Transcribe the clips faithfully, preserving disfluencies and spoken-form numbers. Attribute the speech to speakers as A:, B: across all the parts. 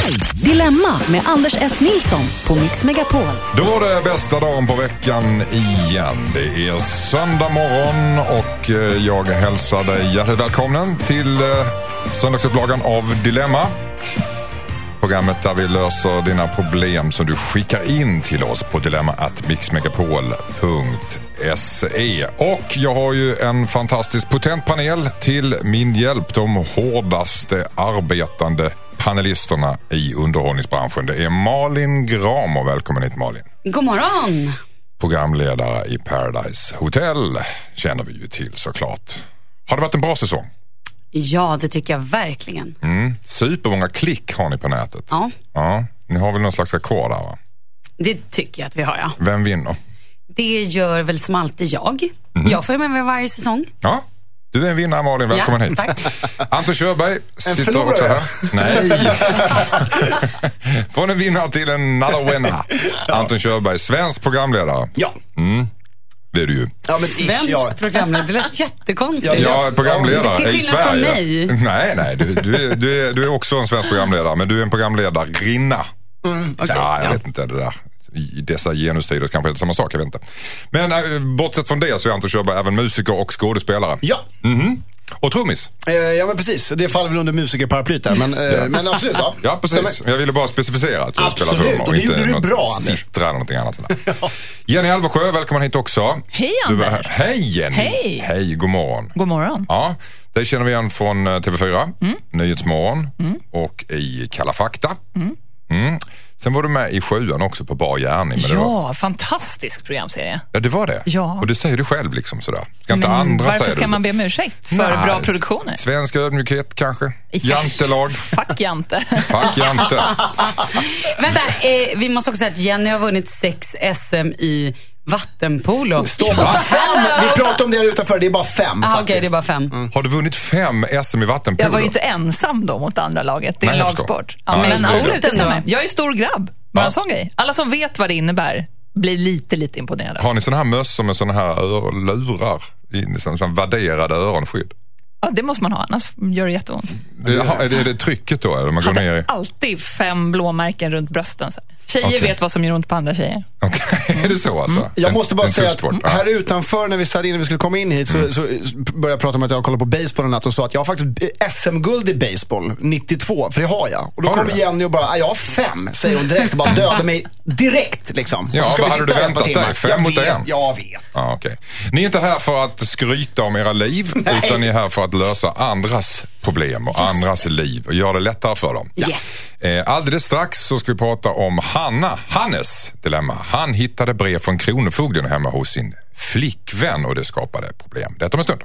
A: Dilemma med Anders S. Nilsson på Mix Megapol.
B: Då var det bästa dagen på veckan igen. Det är söndag morgon och jag hälsar dig hjärtligt välkommen till söndagsupplagan av Dilemma. Programmet där vi löser dina problem som du skickar in till oss på dilemma at mixmegapol punkt se. Och jag har ju en fantastisk potent panel till min hjälp. De hårdaste arbetande panelisterna i underhållningsbranschen. Det är Malin Gramer. Välkommen hit, Malin.
C: God morgon.
B: Programledare i Paradise Hotel känner vi ju till såklart. Har det varit en bra säsong?
C: Ja, det tycker jag verkligen.
B: Mm. Supermånga klick har ni på nätet.
C: Ja.
B: Ja. Ni har väl någon slags rekord där, va?
C: Det tycker jag att vi har, ja.
B: Vem vinner?
C: Det gör väl som alltid jag. Mm. Jag får ju med mig varje säsong.
B: Ja, du är en vinnare, Malin. Välkommen
C: ja,
B: hit.
C: Tack.
B: Anton Körberg sitter också här. Nej. Från en vinnare till en another winner. Anton Körberg, svensk programledare.
D: Ja.
B: Mm. Det är du ju.
D: Ja, men
C: svensk
D: ish, ja.
C: programledare, det lät jättekonstigt.
B: Ja, ja, programledare
C: till
B: i
C: skillnad
B: Sverige.
C: Från mig.
B: Nej, nej, du, du, är, du, är, du är också en svensk programledare, men du är en programledarinna.
D: Mm, okay.
B: Ja, jag
C: ja.
B: vet inte det där. I dessa genustider kanske inte samma sak, jag vet inte. Men äh, bortsett från det så är Anton Körberg även musiker och skådespelare.
D: Ja.
B: Mm-hmm. Och trummis.
D: Eh, ja, men precis. Det faller väl under musikerparaplyt där. Men, eh,
B: ja.
D: men absolut, ja.
B: Ja, precis. Jag ville bara specificera att jag spelar trummor och,
D: och
B: inte
D: det
B: något
D: bra,
B: sitter eller någonting annat. Ja. Jenny Alversjö, välkommen hit också.
E: Hej, Anders.
B: Du, hej Jenny.
E: Hej.
B: Hej, god morgon.
E: God morgon.
B: Ja, det känner vi igen från T V fyra,
E: mm.
B: Nyhetsmorgon
E: mm.
B: och i Kalla fakta.
E: Mm.
B: Mm. Sen var du med i Sjuan också på Bar gärning.
E: Ja,
B: var...
E: fantastisk programserie.
B: Ja, det var det.
E: Ja.
B: Och det säger du själv liksom sådär. Ska inte
E: Men
B: andra
E: varför
B: säga
E: ska
B: det?
E: man be om ursäkt för
B: Nej.
E: bra produktioner?
B: Svensk ödmjukhet kanske. Jantelag.
E: Fuck Jante.
B: Fuck Jante.
C: Vänta, eh, vi måste också säga att Jenny har vunnit sex S M i vattenpolo.
D: Stopp. Fem. Vi pratar om det här utanför, det är bara fem.
C: Ah, Okej, okay, det är bara fem.
B: Mm. Har du vunnit fem S M i vattenpolo?
E: Jag var ju inte ensam då mot andra laget. Det är
B: Nej,
E: en lagsport. Ja,
B: Nej,
E: men
B: det
E: absolut, det stämmer. Jag är stor grabb. Bara
B: Ja.
E: en sån grej. Alla som vet vad det innebär blir lite, lite imponerade.
B: Har ni såna här mössor med såna här ör- lurar? I sån, sån värderade öronskydd?
E: Ja, det måste man ha, annars gör det jätteont.
B: Det, är, det, är det trycket då? Eller man går ner i...
E: Alltid fem blåmärken runt brösten. Så. Tjejer
B: Okay.
E: vet vad som gör ont på andra tjejer.
B: Okej, okay. Är det så alltså? Mm.
D: Jag måste bara
B: en,
D: säga
B: en
D: att
B: ja.
D: här utanför när vi satt in när vi skulle komma in hit så, mm. så började jag prata om att jag kollade på baseball en natt och sa att jag har faktiskt S M-guld i baseball nittiotvå, för det har jag. Och då kommer Jenny och bara, jag har fem, säger hon direkt och bara dödar mig direkt liksom.
B: Ja, vad hade du väntat dig? Fem
D: jag
B: mot
D: vet,
B: en?
D: Jag vet.
B: Ja, okay. Ni är inte här för att skryta om era liv, Nej. utan ni är här för att lösa andras problem och Just. andras liv och göra det lättare för dem.
C: Yes.
B: Eh, alldeles strax så ska vi prata om Hanna, Hannes dilemma. Han hittade brev från Kronofogden hemma hos sin flickvän och det skapade problem. Detta om en stund.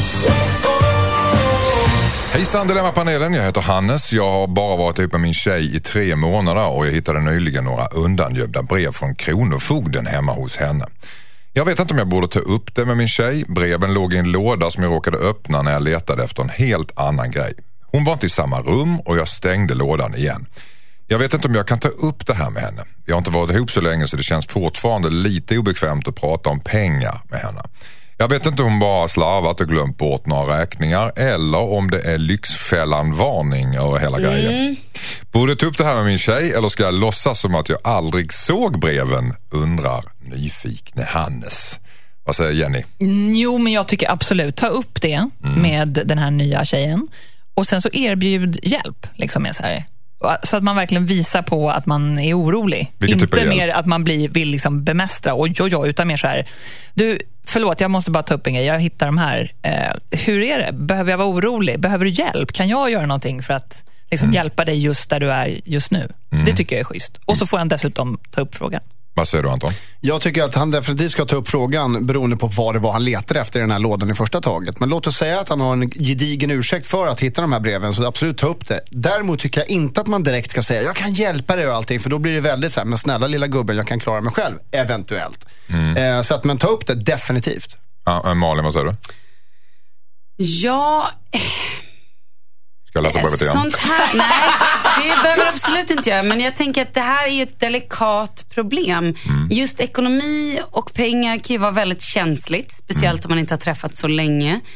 B: Hejsan Dilemma-panelen, jag heter Hannes. Jag har bara varit ihop med min tjej i tre månader och jag hittade nyligen några undangömda brev från Kronofogden hemma hos henne. Jag vet inte om jag borde ta upp det med min tjej. Breven låg i en låda som jag råkade öppna när jag letade efter en helt annan grej. Hon var inte i samma rum och jag stängde lådan igen. Jag vet inte om jag kan ta upp det här med henne. Jag har inte varit ihop så länge så det känns fortfarande lite obekvämt att prata om pengar med henne. Jag vet inte om hon bara har slarvat och glömt bort några räkningar eller om det är Lyxfällan-varning över hela mm. grejen. Borde jag ta upp det här med min tjej eller ska jag låtsas som att jag aldrig såg breven, undrar nyfikne Hannes. Vad säger Jenny?
E: Mm, jo, men jag tycker absolut, ta upp det mm. med den här nya tjejen och sen så erbjud hjälp liksom med så här. Så att man verkligen visar på att man är orolig.
B: Vilken
E: inte
B: typ
E: mer att man blir, vill liksom bemästra oj, oj, oj, utan mer så här. Du, förlåt, jag måste bara ta upp en grej. Jag hittar de här. Eh, hur är det? Behöver jag vara orolig? Behöver du hjälp? Kan jag göra någonting för att liksom, mm. hjälpa dig just där du är just nu? Mm. Det tycker jag är schysst. Och så får han dessutom ta upp frågan.
B: Vad säger du, Anton?
D: Jag tycker att han definitivt ska ta upp frågan beroende på vad det var han letade efter i den här lådan i första taget. Men låt oss säga att han har en gedigen ursäkt för att hitta de här breven, så absolut ta upp det. Däremot tycker jag inte att man direkt ska säga jag kan hjälpa dig och allting, för då blir det väldigt så här, men snälla lilla gubben, jag kan klara mig själv, eventuellt. Mm. Eh, så att man tar upp det definitivt.
B: Ja, Malin, vad säger du?
C: Ja...
B: Ska jag läsa brevet igen?
C: Sånt här, nej, det behöver absolut inte göra. Men jag tänker att det här är ett delikat problem. Mm. Just ekonomi och pengar kan ju vara väldigt känsligt. Speciellt mm. om man inte har träffat så länge.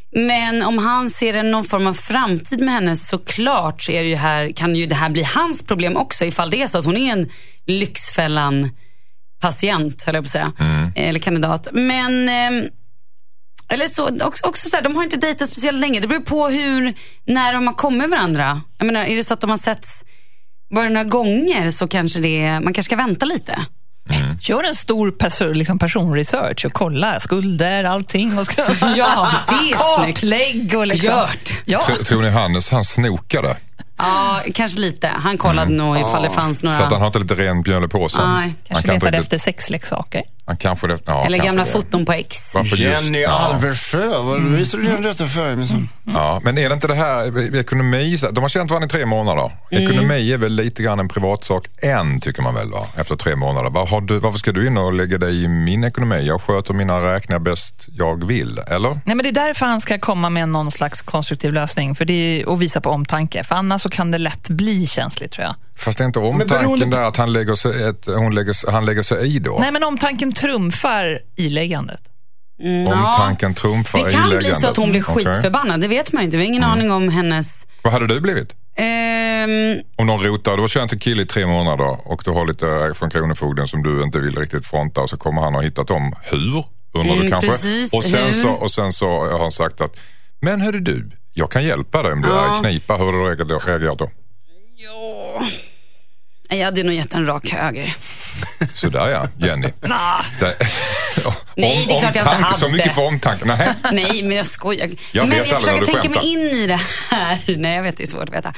C: Men om han ser en någon form av framtid med henne, så klart så är det ju här, kan ju det här bli hans problem också, ifall det är så att hon är en Lyxfällan patient, höll jag på att säga, mm. eller kandidat. Men eh, eller så, också, också så här, de har inte dejtat speciellt länge. Det beror på hur, när de har kommit varandra. Jag menar, är det så att de har sett bara några gånger, så kanske det, man kanske ska vänta lite.
E: Mm. Gör en stor person, liksom personresearch och kolla skulder, allting. Och ska...
C: ja, det är snyggt.
E: Lägg och liksom.
C: Gjort.
E: Ja.
B: Tror, tror ni Hannes, han snokade?
C: Ja, kanske lite. Han kollade mm. nog ifall det fanns några...
B: Så att han har inte lite ren bjöle på sig.
C: Nej.
E: Kanske
B: han
E: letade
B: kan
E: efter sexleksaker.
B: Han kanske det, ja,
C: eller
B: kanske
C: gamla
B: det.
C: foton på ex.
D: Jenny ja. Alversjö, vad mm. visar du den rätta för? Mm.
B: Ja, men är det inte det här ekonomi, de har känt varandra i tre månader. Mm. Ekonomi är väl lite grann en privatsak än, tycker man väl, va? Efter tre månader. Var har du, varför ska du in och lägga dig i min ekonomi? Jag sköter mina räkningar bäst jag vill, eller?
E: Nej, men det är därför han ska komma med någon slags konstruktiv lösning, för det är, och visa på omtanke. För annars så kan det lätt bli känsligt, tror jag.
B: Fast det är inte omtanken där att han lägger sig, ett, hon lägger, han lägger sig i då.
E: Nej, men omtanken trumfar iläggandet.
B: Mm, omtanken trumfar
C: iläggandet. Det kan
B: iläggandet.
C: bli så att hon blir skitförbannad, okay. Det vet man inte. Vi har ingen mm. aning om hennes...
B: Vad hade du blivit?
C: Um...
B: Om någon rotar, du har känt en kille i tre månader och du har lite från Kronofogden som du inte vill riktigt fronta, och så kommer han och hittat dem. Hur? Undrar mm, du kanske?
C: Precis,
B: och, sen
C: hur?
B: Så, och sen så har han sagt att, men hörru du, jag kan hjälpa dig om du ja. är knipa. Hur har du reagerat då?
C: Ja... Jag hade nog gett en rak höger.
B: Sådär ja, Jenny.
C: Nah.
B: Det, om,
C: Nej, det är klart jag inte hade.
B: Så mycket för omtanke. Nej.
C: Nej, men jag skojar.
B: Jag
C: men
B: vet
C: jag försöker tänka
B: skämtar.
C: mig in i det här. Nej, jag vet, det är svårt att veta.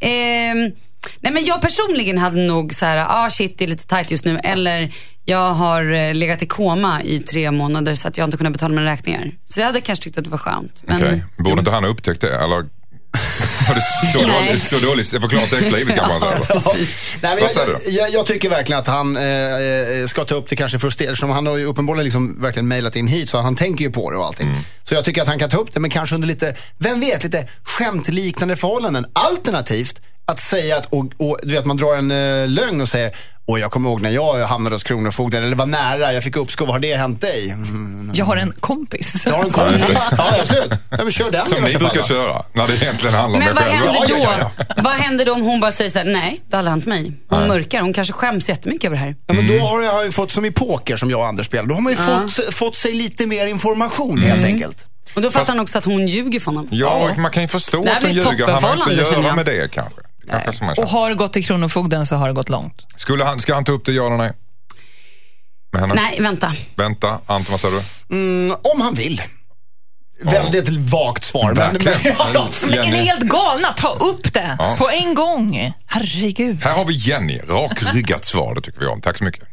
C: Ehm, nej, men jag personligen hade nog så här, ah shit, det är lite tajt just nu. Eller jag har legat i koma i tre månader så att jag inte kunnat betala mina räkningar. Så jag hade kanske tyckt att det var skönt. Men...
B: Okej, okay. Borde inte han ha upptäckt det? Eller... så dåligt, så dåligt. Jag förklarar sexlivet kan man säga.
D: Ja, nej, men jag, jag, jag tycker verkligen att han eh, ska ta upp det kanske för att som han har ju uppenbarligen liksom verkligen mejlat in hit, så han tänker ju på det och allting. Mm. Så jag tycker att han kan ta upp det, men kanske under lite, vem vet, lite skämtliknande förhållanden. Alternativt att säga att, och, och du vet, man drar en uh, lögn och säger, och jag kommer ihåg när jag hamnade hos Kronofogden, eller var nära, jag fick uppskov, har det hänt dig? Mm.
E: Jag har en kompis.
D: Jag har en kompis. Ja, absolut. Ja, men kör den.
B: Som ni brukar fall, köra, när det egentligen handlar om
C: men
B: mig
C: vad
B: själv.
C: Händer då?
D: Ja, ja, ja.
C: Vad händer då om hon bara säger så här, nej, det har aldrig hänt mig. Hon nej. mörkar, hon kanske skäms jättemycket över det här.
D: Ja, men då har jag ju fått, som i poker som jag och Anders spelar, då har man ju mm. fått, fått sig lite mer information mm. helt enkelt.
C: Och då fattar Fast, han också att hon ljuger för honom.
B: Ja, man kan ju förstå att hon ljuger. Han har inte att göra med det kanske.
E: Och har det gått till Kronofogden så har det gått långt.
B: Skulle han, ska han ta upp det, ja eller nej?
C: Nej, vänta.
B: Vänta, Anton, vad säger du?
D: Mm, om han vill. Ja. Väldigt vagt svar. Men, men,
E: ja, men är ni helt galna? Ta upp det ja. på en gång. Herregud.
B: Här har vi Jenny, rakryggat svar, det tycker vi om. Tack så mycket.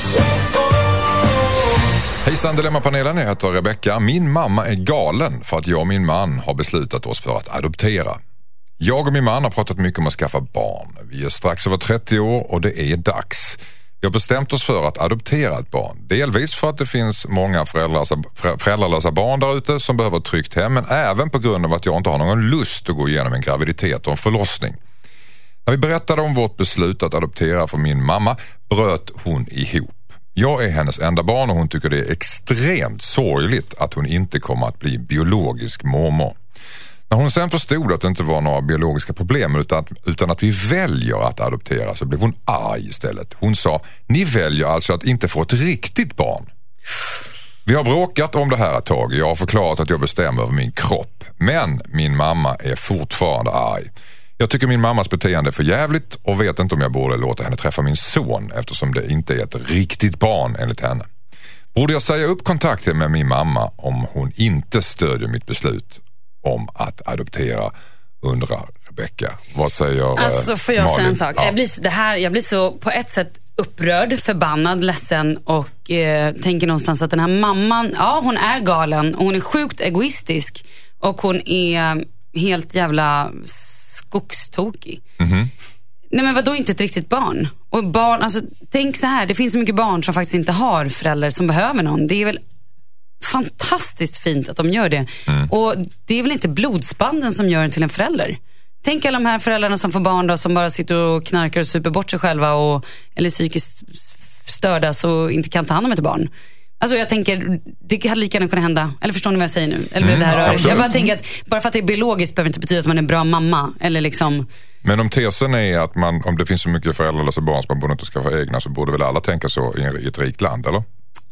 B: Hejsan Dilemma-panelen, jag heter Rebecca. Min mamma är galen för att jag och min man har beslutat oss för att adoptera. Jag och min man har pratat mycket om att skaffa barn. Vi är strax över trettio år och det är dags. Vi har bestämt oss för att adoptera ett barn. Delvis för att det finns många föräldralösa, föräldralösa barn där ute som behöver ett tryggt hem, men även på grund av att jag inte har någon lust att gå igenom en graviditet och en förlossning. När vi berättade om vårt beslut att adoptera för min mamma bröt hon ihop. Jag är hennes enda barn och hon tycker det är extremt sorgligt att hon inte kommer att bli biologisk mormor. När hon sen förstod att det inte var några biologiska problem utan, utan att vi väljer att adoptera, så blev hon arg istället. Hon sa, ni väljer alltså att inte få ett riktigt barn. Vi har bråkat om det här ett tag. Jag har förklarat att jag bestämmer över min kropp. Men min mamma är fortfarande arg. Jag tycker min mammas beteende är för jävligt och vet inte om jag borde låta henne träffa min son eftersom det inte är ett riktigt barn enligt henne. Borde jag säga upp kontakten med min mamma om hon inte stödjer mitt beslut om att adoptera, undrar Rebecca. Vad säger
C: Alltså får jag
B: Malin?
C: säga en sak.
B: Ja.
C: Jag, blir, det här, jag blir så på ett sätt upprörd, förbannad, ledsen och eh, tänker någonstans att den här mamman, ja hon är galen och hon är sjukt egoistisk och hon är helt jävla skogstokig. Mm-hmm. Nej men vadå inte ett riktigt barn? Och barn, alltså tänk så här, det finns så mycket barn som faktiskt inte har föräldrar som behöver någon. Det är väl fantastiskt fint att de gör det. Mm. Och det är väl inte blodsbanden som gör en till en förälder. Tänk alla de här föräldrarna som får barn då, som bara sitter och knarkar och super bort sig själva och, eller psykiskt störda så inte kan ta hand om ett barn. Alltså jag tänker, det hade lika gärna kunnat hända. Eller förstår ni vad jag säger nu? Eller
B: Mm,
C: det här
B: ja,
C: jag bara tänker att bara för att det är biologiskt behöver inte betyda att man är en bra mamma. Eller liksom...
B: Men om tesen är att man, om det finns så mycket föräldralösa barn som man borde inte skaffa egna, så borde väl alla tänka så i, en, i ett rikt land, eller?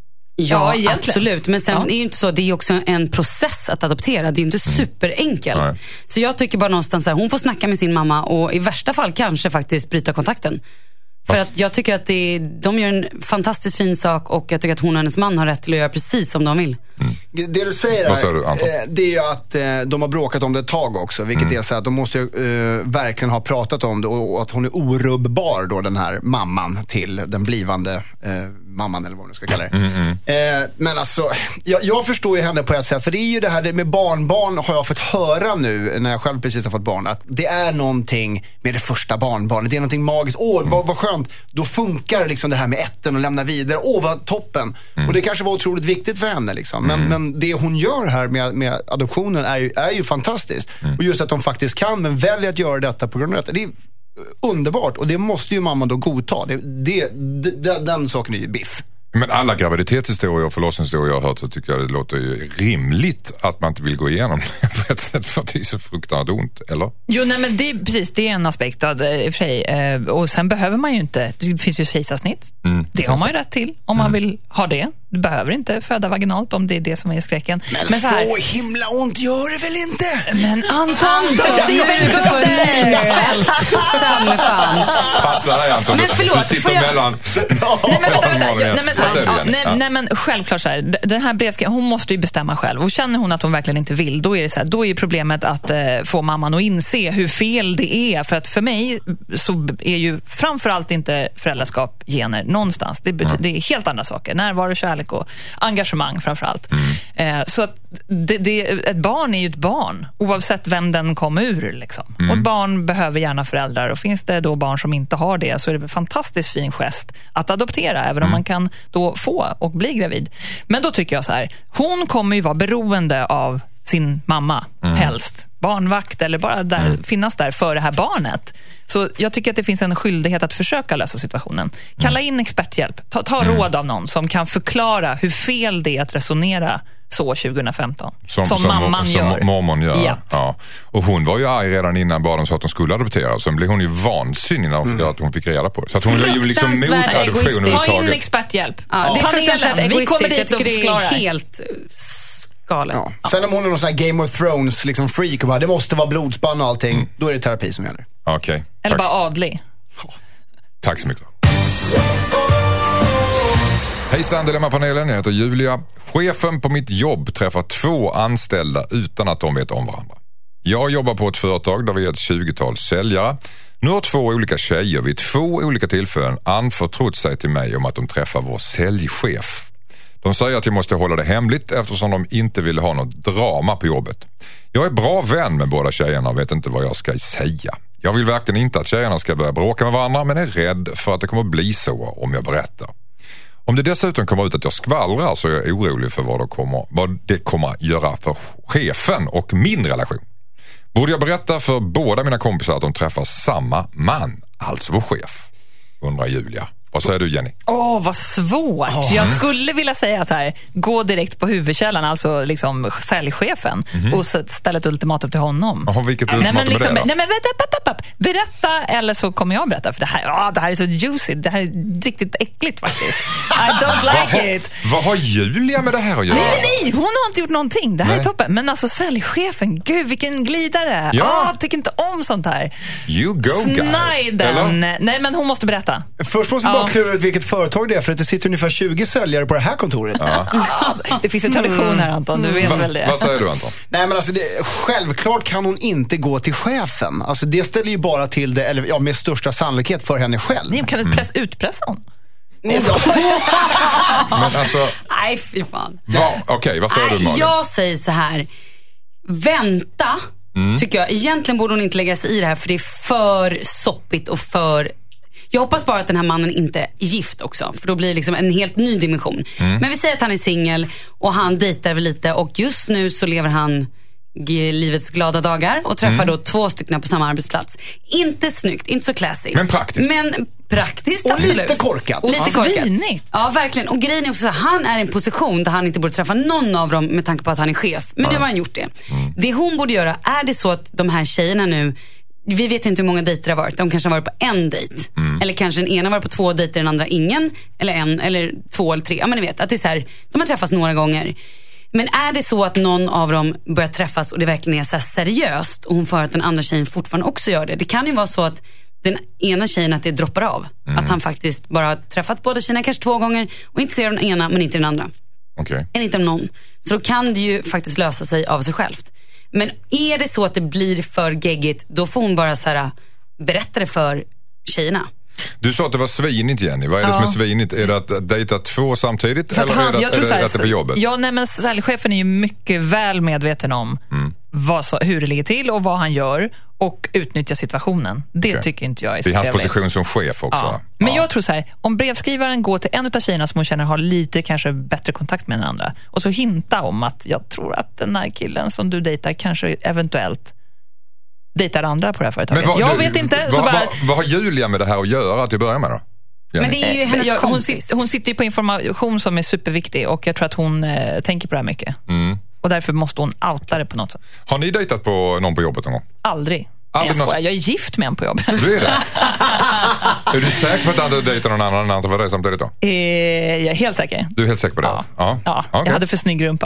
C: Ja,
E: Ja,
C: absolut. Men sen
E: ja.
C: är det ju inte så, det är ju också en process att adoptera. Det är ju inte superenkelt.
B: Nej.
C: Så jag tycker bara någonstans här, hon får snacka med sin mamma och i värsta fall kanske faktiskt bryta kontakten. För
B: Fast...
C: att jag tycker att det, de gör en fantastiskt fin sak och jag tycker att hon och hennes man har rätt till att göra precis som de vill.
D: Mm. Det du säger
B: Vad säger du,
D: här,
B: Anton?
D: eh, det är ju att eh, de har bråkat om det ett tag också. Vilket
B: Mm.
D: är så att de måste ju eh, verkligen ha pratat om det och, och att hon är orubbbar då, den här mamman till den blivande eh, mamman eller vad man nu ska kalla det.
B: Mm, mm.
D: Eh, men alltså, jag, jag förstår ju henne på ett sätt. För det är ju det här med barnbarn har jag fått höra nu när jag själv precis har fått barn. Att det är någonting med det första barnbarnet. Det är någonting magiskt. Åh, vad, vad skönt. Då funkar liksom det här med ätten och lämna vidare. Åh, vad toppen. Mm. Och det kanske var otroligt viktigt för henne liksom. Men, mm. men det hon gör här med, med adoptionen är ju, är ju fantastiskt. Mm. Och just att de faktiskt kan, men väljer att göra detta på grund av detta. Det är underbart. Och det måste ju mamma då godta. Det, det, det, den saken är ju biff.
B: Men alla graviditetshistorier och förlossningshistorier jag har hört, så tycker jag det låter ju rimligt att man inte vill gå igenom det på ett sätt för att det är så fruktansvärt ont, eller?
E: Jo, nej, men det är precis, det är en aspekt av det, i och för sig. Eh, och sen behöver man ju inte, det finns ju kejsarsnitt. Mm, det har man ju rätt till om mm. man vill ha det. Du behöver inte föda vaginalt om det är det som är skräcken.
D: Men,
E: men
D: så,
E: så, här,
D: så himla ont gör det väl inte?
E: Men Anton,
C: det är väl ute på ett minfält. Samma fan.
B: Passa dig, Anton.
C: Men förlåt,
B: du sitter
C: jag...
B: mellan...
E: Nej, men vänta, vänta. Nej, men, så här, ja, nej,
B: ja.
E: nej, men självklart så här, den här brevskrivaren, hon måste ju bestämma själv. Och känner hon att hon verkligen inte vill, då är det så här, då är ju problemet att eh, få mamman att inse hur fel det är. För att för mig så är ju framförallt inte föräldraskap gener någonstans. Det, betyder, mm. det är helt andra saker. Närvaro, kärlek och engagemang framförallt. Mm. Eh, så att det, det, ett barn är ju ett barn, oavsett vem den kom ur. Liksom. Mm. Och ett barn behöver gärna föräldrar. Och finns det då barn som inte har det, så är det en fantastiskt fin gest att adoptera, även om mm. man kan då få och bli gravid. Men då tycker jag så här, hon kommer ju vara beroende av sin mamma, mm. helst. Barnvakt eller bara där, mm. finnas där för det här barnet. Så jag tycker att det finns en skyldighet att försöka lösa situationen. Kalla in experthjälp. Ta, ta mm. råd av någon som kan förklara hur fel det är att resonera så tjugohundrafemton. Som, som, som mamman
B: som
E: gör.
B: mormon gör.
E: Ja.
B: Ja. Och hon var ju arg redan innan barnen sa att de skulle adoptera. Sen blev hon ju vansinnig när hon, mm. att hon fick reda på det. Så att hon är ju liksom mot adoption.
E: Ta in experthjälp.
C: Ja, ja. Det är fruktansvärt egoistiskt. Vi kommer dit, jag tycker det är helt... galet.
D: Ja. Ja. Sen om hon är någon sån här Game of Thrones liksom freak och bara, det måste vara blodspann och allting, mm. då är det terapi som gäller.
B: Okej. Okay.
E: Eller bara adlig.
B: Tack så mycket. Hejsan Dilemma-panelen, jag heter Julia. Chefen på mitt jobb träffar två anställda utan att de vet om varandra. Jag jobbar på ett företag där vi är ett tjugotal säljare. Nu har två olika tjejer vid två olika tillfällen anförtrott sig till mig om att de träffar vår säljchef. De säger att jag måste hålla det hemligt eftersom de inte vill ha något drama på jobbet. Jag är bra vän med båda tjejerna och vet inte vad jag ska säga. Jag vill verkligen inte att tjejerna ska börja bråka med varandra, men är rädd för att det kommer bli så om jag berättar. Om det dessutom kommer ut att jag skvallrar, så är jag orolig för vad det kommer, vad det kommer att göra för chefen och min relation. Borde jag berätta för båda mina kompisar att de träffar samma man, alltså vår chef? Undrar Julia. Vad säger du, Jenny?
E: Åh, oh, vad svårt. Oh. Jag skulle vilja säga så här, gå direkt på huvudkällan, alltså liksom säljchefen, mm-hmm. och ställa ett ultimatum till honom.
B: Oh, vilket ultimatum
E: nej, men liksom,
B: är det då?
E: Nej, men vänta, papp, papp. Berätta, eller så kommer jag berätta, för det här, oh, det här är så juicy, det här är riktigt äckligt faktiskt. I don't like
B: vad,
E: it.
B: Vad har Julia med det här att göra?
E: Nej, nej, nej, hon har inte gjort någonting. Det här
B: nej.
E: är toppen. Men alltså säljchefen, gud vilken glidare. Ja. Ah, jag tycker inte om sånt här.
B: You go, guy.
E: Snajden. Nej, men hon måste berätta.
D: Först måste vi bara klura ut vilket företag det är, för att det sitter ungefär tjugo säljare på det här kontoret. Ja.
E: Det finns en tradition här, Anton, du vet
B: Va,
E: väl det.
B: Vad säger du, Anton?
D: Nej, men alltså det, självklart kan hon inte gå till chefen. Alltså det ställer ju bara till det, eller ja, med största sannolikhet för henne själv.
E: Nej, kan du press, mm. utpressa hon?
B: Men alltså...
C: Nej, fy fan.
B: Va, Okej, okay, vad säger
C: Nej,
B: du, Malin?
C: Jag säger så här. Vänta, mm. tycker jag. Egentligen borde hon inte lägga sig i det här, för det är för soppigt och för... Jag hoppas bara att den här mannen inte är gift också, för då blir det liksom en helt ny dimension. Mm. Men vi säger att han är singel och han dejtar väl lite, och just nu så lever han g- livets glada dagar och träffar mm. då två stycken på samma arbetsplats. Inte snyggt, inte så classy.
B: Men praktiskt.
C: Men praktiskt,
D: och
C: absolut.
D: lite korkat.
C: Och lite korkat.
E: Svinigt.
C: Ja, verkligen. Och grejen är också så här, han är i en position där han inte borde träffa någon av dem med tanke på att han är chef. Men nu har han gjort det. Mm. Det hon borde göra, är det så att de här tjejerna nu, vi vet inte hur många dejter det har varit. De kanske har varit på en dejt. Mm. Eller kanske den ena har varit på två dejter, den andra ingen. Eller en, eller två eller tre. Ja, men ni vet, att det är så här, de har träffats några gånger. Men är det så att någon av dem börjar träffas och det verkligen är så här seriöst och hon får att den andra tjejen fortfarande också gör det. Det kan ju vara så att den ena tjejen att det droppar av. Mm. Att han faktiskt bara har träffat båda tjejerna kanske två gånger och inte ser den ena men inte den andra.
B: Okay.
C: Eller inte om någon. Så då kan det ju faktiskt lösa sig av sig självt. Men är det så att det blir för geggigt, då får hon bara så här, berätta det för tjejerna.
B: Du sa att det var svinigt, Jenny. Vad är det ja. som är svinigt? Är det att dejta två samtidigt? Eller
E: han,
B: är det,
E: jag tror
B: är det,
E: här,
B: att det är på jobbet?
E: Ja, nej, men säljchefen är ju mycket väl medveten om mm. vad så, hur det ligger till och vad han gör och utnyttja situationen. Det okay. tycker inte jag är så
B: det är hans
E: trevligt.
B: Position som chef också.
E: Ja. Men
B: ja.
E: jag tror så här, om brevskrivaren går till en av tjejerna som hon känner har lite kanske bättre kontakt med den andra och så hinta om att jag tror att den här killen som du dejtar kanske eventuellt dejtar andra på det här företaget. Vad, jag du, vet inte.
B: Vad,
E: så bara,
B: vad, vad har Julia med det här att göra till att börja med då?
C: Men det är ju hennes jag,
E: hon, sitter, hon sitter ju på information som är superviktig och jag tror att hon eh, tänker på det här mycket. Mm. Och därför måste hon outa det på något sätt.
B: Har ni dejtat på någon på jobbet någon gång?
E: Aldrig. Aldrig jag, någon... jag är gift med en på jobbet.
B: Du är det? Är du säker på att du dejtar någon annan än annan för det samtidigt då?
E: Eh, jag är helt säker.
B: Du är helt säker på det?
E: Ja. ja. ja.
B: Okay.
E: Jag hade för snygg rumpa.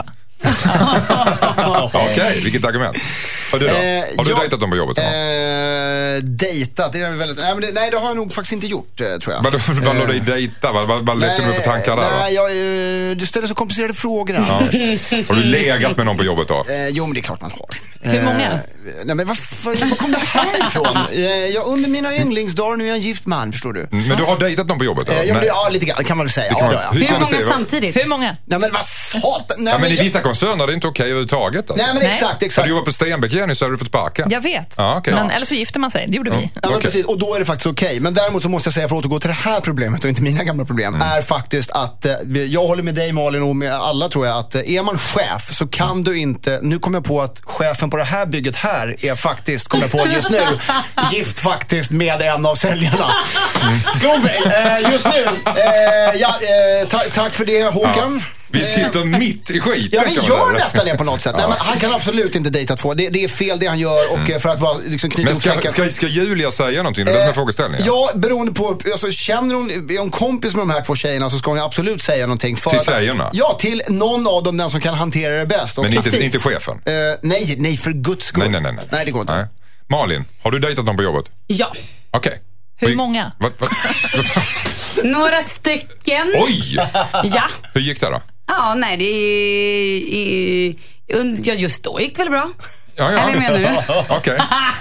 B: Okej, okay, vilket argument. Och du då?
D: Eh,
B: har du
D: jag,
B: dejtat dem på jobbet?
D: Eh, dejtat, det är väldigt... Nej, men det, nej, det har jag nog faktiskt inte gjort, tror jag.
B: Vad vad låg dig dejta? Vad, vad, vad lekte du för tankar där?
D: Nej, jag, du ställer så komplicerade frågor. Ja.
B: Har du legat med någon på jobbet då?
D: Eh, jo, men det är klart man har.
E: Hur många?
D: Eh, nej, men vad, vad kom det här ifrån? eh, jag, under mina ynglingsdagar, nu är jag en gift man, förstår du.
B: Men du har dejtat någon på jobbet då?
D: Eh, ja, men, ja, lite grann, kan man väl säga. Ja,
B: man,
D: ja, ja.
B: hur,
C: hur många
B: det?
C: samtidigt?
E: Hur många?
D: Nej, men vad satan? Nej,
B: ja, men i
D: jag...
B: vissa koncerner är det inte okej överhuvudtaget. Alltså.
D: Nej, men exakt, exakt.
B: Har du jobbat på Stenbeck, Jenny, så har du fått sparka.
E: Jag vet.
B: Ja, okay.
E: Men, eller så gifter man sig, det gjorde vi.
D: Ja, men okay. precis. Och då är det faktiskt okej. Okay. Men däremot så måste jag säga, för att återgå till det här problemet och inte mina gamla problem, mm. är faktiskt att eh, jag håller med dig, Malin, och med alla tror jag, att eh, är man chef så kan mm. du inte, nu kommer jag på att chefen på det här bygget här är faktiskt, kommer jag på just nu, gift faktiskt med en av säljarna. Mm. Slå mig. Eh, just nu. Eh, ja, eh, ta- tack för det, Håkan.
B: Ja. Vi sitter mitt i skiten.
D: Ja, vi gör nästan det på något sätt. Ja. Nej, men han kan absolut inte dejta två. Det, det är fel det han gör. Och mm. för att bara liksom knyta
B: men ska,
D: ihop
B: ska, ska Julia säga någonting? Det är eh, frågeställningen.
D: Ja, beroende på, alltså, känner hon, är hon kompis med de här två tjejerna, så ska hon absolut säga någonting. För
B: till
D: att,
B: tjejerna?
D: Ja, till någon av dem, den som kan hantera det bäst. Och
B: men inte, inte chefen?
D: Eh, nej, nej, för guds skull.
B: Nej, nej, nej. Nej,
D: nej det går inte. Nej.
B: Malin, har du dejtat någon på jobbet?
C: Ja.
B: Okej. Okay.
E: Hur Hur många?
B: Va, va, va?
C: Några stycken.
B: Oj!
C: Ja.
B: Hur gick det då?
C: Ja, nej, det är... Ja, just då gick det väl bra.
B: Ja, ja.
C: Eller menar du?
B: Okej.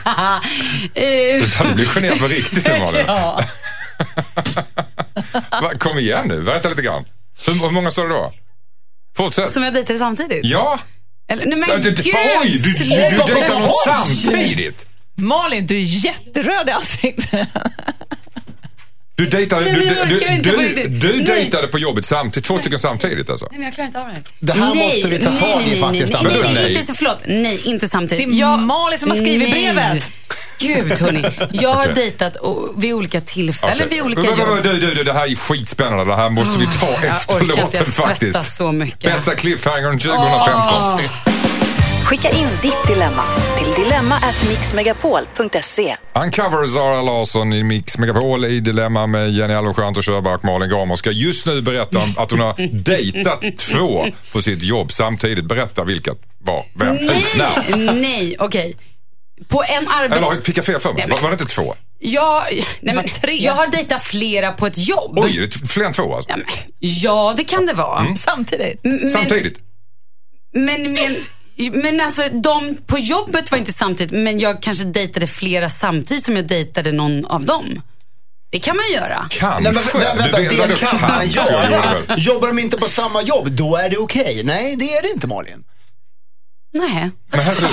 B: Du blir generad på riktigt, Malin. Ja. Kom igen nu, vänta lite grann. Hur, hur många sa du då? Fortsätt.
C: Som jag dejtade samtidigt?
B: Ja.
C: Eller, nej, men
B: så,
C: gud,
B: oj, du, du, du, du dejtar någon samtidigt.
E: Malin, du är jätteröd i ansiktet.
B: Du dejtade, du, du, du, du, du dejtade på jobbet samtidigt, två stycken samtidigt alltså.
C: Nej, men jag klarar inte av det.
D: Det här
C: nej,
D: måste vi ta
C: nej,
D: tag i
C: nej,
D: faktiskt.
C: Nej, nej, nej, nej, inte, förlåt. Nej, inte samtidigt.
E: Det är jag, Malin som har skrivit nej. brevet.
C: Gud, hörni. Jag har okay. dejtat och, vid olika tillfällen, okay. vid olika
B: men,
C: jobb.
B: Du, du, du, det här är skitspännande. Det här måste vi ta oh, efter låten faktiskt.
C: Så mycket.
B: Bästa cliffhangern tjugohundrafemton. Oh.
A: Skicka in ditt dilemma till dilemma at mixmegapol punkt se.
B: Uncover Zara Larsson i Mix Megapol i Dilemma med Jenny Alvesjö, Sjöback, Malin Gramer ska just nu berätta om att hon har dejtat två på sitt jobb samtidigt. Berätta vilket, var, vem,
C: nej, när. Nej, okej. Okay. På en arbets...
B: Eller fick jag fel för mig? Var, var det inte två?
C: Ja, nej, men, tre. Jag har dejtat flera på ett jobb.
B: Oj, det är fler än två alltså?
C: Ja, men, ja det kan det vara. Mm.
E: Samtidigt?
C: Men,
B: samtidigt?
C: Men... men Men alltså, de på jobbet var inte samtidigt, men jag kanske dejtade flera samtidigt som jag dejtade någon av dem. Det kan man göra.
B: Kanske.
D: Nej, men, vänta,
B: du vet,
D: det kan man göra.
B: Jag
D: Jobbar de inte på samma jobb, då är det okej. Okay. Nej, det är det inte, Malin.
C: Nej.
B: Men alltså,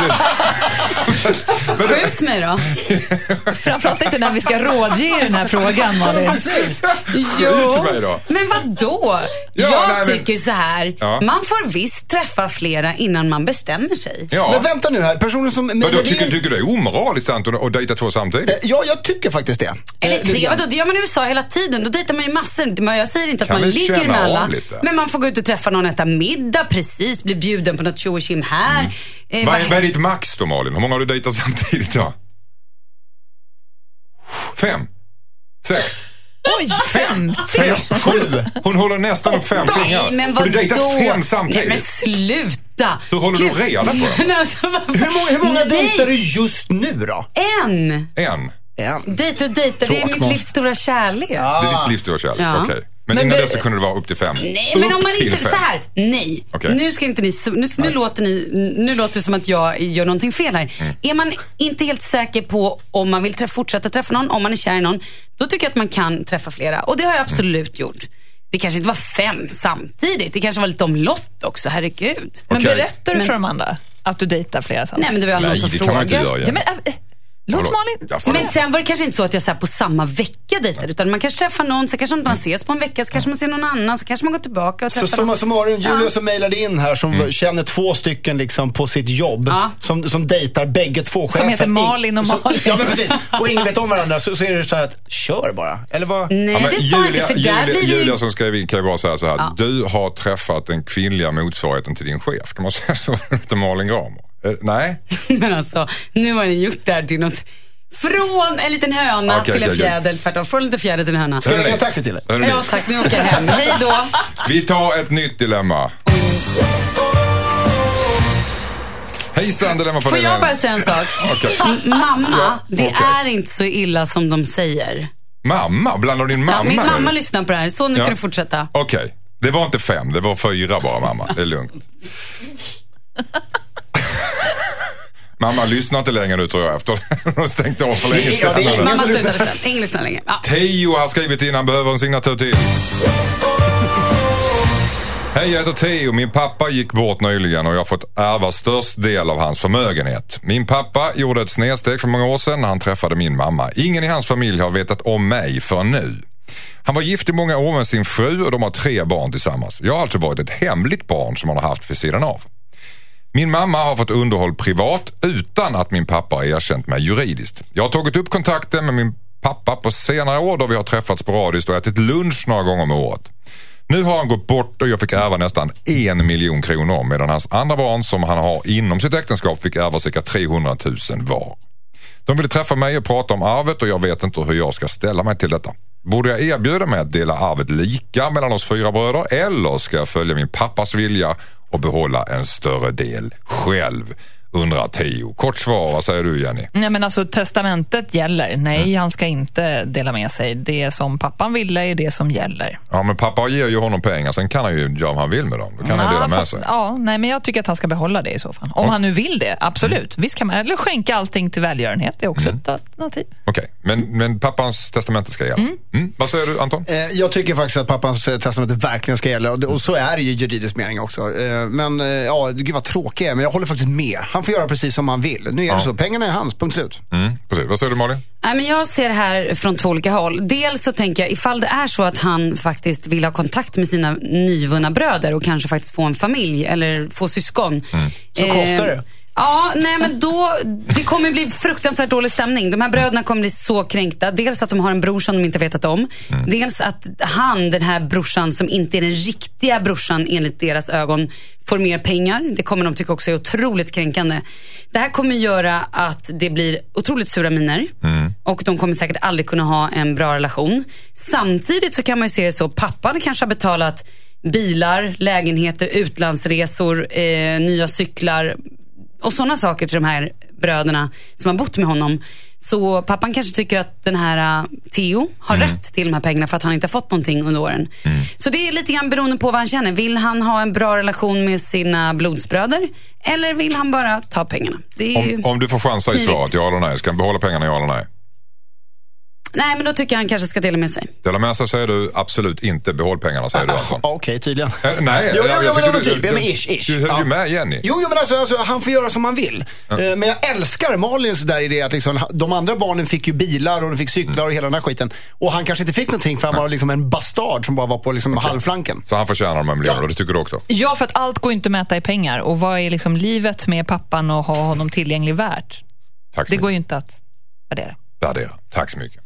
C: Skjut mig då.
E: Framförallt inte när vi ska rådge i den här frågan, Malin.
C: Jo,
B: mig då.
C: men vadå?
B: Ja,
C: jag
B: nej, men-
C: tycker så här.
B: Ja.
C: Man får visst träffa flera innan man bestämmer sig.
B: Ja.
D: Men vänta nu här, personer som...
B: Men då tycker, tycker du det är omoraliskt, Anton, att dejta två samtidigt?
D: Eh, Ja, jag tycker faktiskt det.
C: Eller
D: Eh, lite
C: tre,
D: grann.
C: vadå? Det gör man i U S A hela tiden. Då dejtar man ju massor. Men jag säger inte att
B: Kan
C: man
B: vi
C: ligger
B: känna
C: med
B: av
C: alla.
B: lite?
C: Men man får gå ut och träffa någon, äta middag precis, bli bjuden på något tjo och tjim här.
B: Mm.
C: Eh,
B: Vad
C: vad
B: är, vad är ditt max då, Malin? Hur många har du dejtat samtidigt då? Fem? Sex?
E: Oj, fem!
B: Fem? Sju? Hon håller nästan upp fem fingrar.
C: Nej, men
B: Har du
C: vadå?
B: dejtat fem samtidigt?
C: Nej, men sluta.
B: Hur håller du reda på dem?
C: Men alltså, varför-
D: Hur många, hur många
C: Nej.
D: dejtar du just nu då?
C: En.
B: En?
D: En.
C: Dejter och dejter, det är mitt
D: Tråkmåns.
C: livs stora kärlek.
B: Det är ditt livs stora kärlek,
C: Ja.
B: okej. Men,
E: Men
B: innan
E: det-
B: dess så kunde det vara upp till fem.
C: Nej, men
B: upp
C: om man
B: till
C: inte,
B: fem.
C: så här, nej.
B: Okej.
C: Nu ska inte ni, nu, nu låter ni, nu låter det som att jag gör någonting fel här.
B: Mm.
C: Är man inte helt säker på om man vill träffa, fortsätta träffa någon, om man är kär i någon, då tycker jag att man kan träffa flera. Och det har jag absolut gjort. Det kanske inte var fem samtidigt. Det kanske var lite omlott också, herregud.
E: Men
B: Okej.
E: berättar du
C: Men-
E: för Amanda att du dejtar flera samtidigt?
C: Nej, men det var någon
B: Nej,
C: som
B: det kan man inte
C: frågade.
B: göra.
E: Ja, men, äh, låt
B: Hallå.
E: Malin...
B: Ja, förlåt.
C: Men sen var det kanske inte så att jag så här på samma vecka dejtade, utan man kanske träffar någon, så kanske inte man ses på en vecka, så kanske man ser någon annan, så kanske man går tillbaka och
D: Så
C: träffar
D: summa
C: någon.
D: summarum, Julia som mejlade in här som
B: Mm.
D: känner två stycken liksom på sitt jobb
C: Ja.
D: som, som dejtar bägge två chefer.
E: heter Malin och
D: Så-
E: Malin.
D: Ja, men precis. Och ingen vet om varandra, så, så är det så här att kör bara. Eller vad?
C: Nej,
B: Ja, men
C: det sa jag inte,
B: Julia,
C: för där
B: Julia,
C: blir det ju...
B: Julia som skrev in kan ju bara säga så här.
C: Ja.
B: Du har träffat den kvinnliga motsvarigheten till din chef. Kan man säga så? Till Malin Gramer? Eh, nej?
C: Men alltså, nu har ni gjort det här till något. Från en liten höna
B: Okej,
C: till en
B: okej,
C: fjäder, tvärtom. Från en liten fjäder till en höna.
D: Ska jag ringa en taxi till dig?
B: Hörrni,
C: Ja tack, nu åker jag hem. Hej då.
B: vi tar ett nytt dilemma. Hejsan, dilemmapanelen.
C: Får jag bara säga en sak?
B: Okej.
C: M- Mamma,
B: Ja,
C: det
B: okej.
C: är inte så illa som de säger.
B: Mamma? Blandar din mamma
C: Ja, min mamma
B: nu?
C: lyssnar på det här, så nu
B: Ja.
C: kan du fortsätta.
B: Okej, det var inte fem, det var fyra bara, mamma. Det är lugnt. Mamma lyssnar inte längre nu, tror jag, efter hon har stängt av för länge
D: Ja,
B: sedan.
D: det är ingen
B: eller?
C: Mamma
D: som
C: slutade
D: lyssnar.
C: sen, ingen lyssnar längre. Ja.
B: Theo har skrivit in, han behöver en signatur till. Hej, jag heter Theo. Min pappa gick bort nyligen och jag har fått ärva störst del av hans förmögenhet. Min pappa gjorde ett snedsteg för många år sedan när han träffade min mamma. Ingen i hans familj har vetat om mig för nu. Han var gift i många år med sin fru och de har tre barn tillsammans. Jag har alltså varit ett hemligt barn som han har haft för sidan av. Min mamma har fått underhåll privat utan att min pappa har erkänt mig juridiskt. Jag har tagit upp kontakten med min pappa på senare år då vi har träffats sporadiskt och ätit lunch några gånger om året. Nu har han gått bort och jag fick ärva nästan en miljon kronor medan hans andra barn som han har inom sitt äktenskap fick ärva cirka trehundratusen var. De ville träffa mig och prata om arvet och jag vet inte hur jag ska ställa mig till detta. Borde jag erbjuda mig att dela arvet lika mellan oss fyra bröder eller ska jag följa min pappas vilja och behålla en större del själv? Undrar Theo. Kort svar, vad säger du, Jenny?
E: Nej, men alltså testamentet gäller. Nej, han ska inte dela med sig. Det som pappan ville är det som gäller.
B: Ja, men pappa ger ju honom pengar, sen kan han ju göra vad han vill med dem. Då kan han
E: Ja,
B: dela med
E: fast-
B: sig.
E: Ja, nej, men jag tycker att han ska behålla det i så fall. Om han nu vill det, absolut. Visst kan man, eller skänka allting till välgörenhet, det är också ett alternativ.
B: Okej, men, men pappans testamente ska gälla. Mm. Vad säger du, Anton?
D: Eh, Jag tycker faktiskt att pappans eh, testamente verkligen ska gälla. Och, det, och så är det ju i juridisk mening också. Eh, Men eh, ja, gud vad tråkigt jag är, men jag håller faktiskt med. Han får göra precis som han vill. Nu är
B: Ja.
D: det så. Pengarna är hans, punkt slut.
B: Mm, precis. Vad säger du, Malin?
C: Nej, men jag ser det här från två olika håll. Dels så tänker jag, ifall det är så att han faktiskt vill ha kontakt med sina nyvunna bröder och kanske faktiskt få en familj eller få syskon.
D: Så kostar det.
C: Ja, nej men då, det kommer bli fruktansvärt dålig stämning. De här bröderna kommer bli så kränkta. Dels att de har en bror som de inte vetat om. Mm. Dels att han, den här brorsan som inte är den riktiga brorsan enligt deras ögon, får mer pengar. Det kommer de tycka också är otroligt kränkande. Det här kommer göra att det blir otroligt sura miner. Mm. Och de kommer säkert aldrig kunna ha en bra relation. Samtidigt så kan man ju se det så, pappan kanske har betalat bilar, lägenheter, utlandsresor, eh, nya cyklar och sådana saker till de här bröderna som har bott med honom. Så pappan kanske tycker att den här uh, Theo har mm. rätt till de här pengarna för att han inte har fått någonting under åren. Mm. Så det är lite grann beroende på vad han känner. Vill han ha en bra relation med sina blodsbröder eller vill han bara ta pengarna? Det är
B: om, om du får chansa i svaret, ja eller nej. Ska han behålla pengarna, ja eller nej?
C: Nej, men då tycker jag han kanske ska dela med sig.
B: Dela med sig säger du absolut inte. Behåll pengarna, säger du alltså.
D: Ja, okej, okay, tydligen.
B: Äh, nej,
D: jo, jo,
B: jag,
D: jo,
B: jag
D: men,
B: tycker
D: men,
B: du,
D: typ,
B: du,
D: men ish, ish.
B: Du höll
D: ja.
B: ju med Jenny.
D: Jo, jo men alltså, alltså, han får göra som han vill. Ja. Uh, men jag älskar Malins där idé att liksom, de andra barnen fick ju bilar och de fick cyklar mm. och hela den här skiten. Och han kanske inte fick någonting för han var liksom en bastard som bara var på liksom okay. halvflanken.
B: Så han förtjänar de här miljoner,
D: ja.
B: Det tycker du också?
E: Ja, för att allt går inte att mäta i pengar. Och vad är liksom livet med pappan och ha honom tillgänglig värt?
B: Tack så
E: det
B: mycket.
E: går ju inte att värdera.
B: Värdera. Tack så mycket.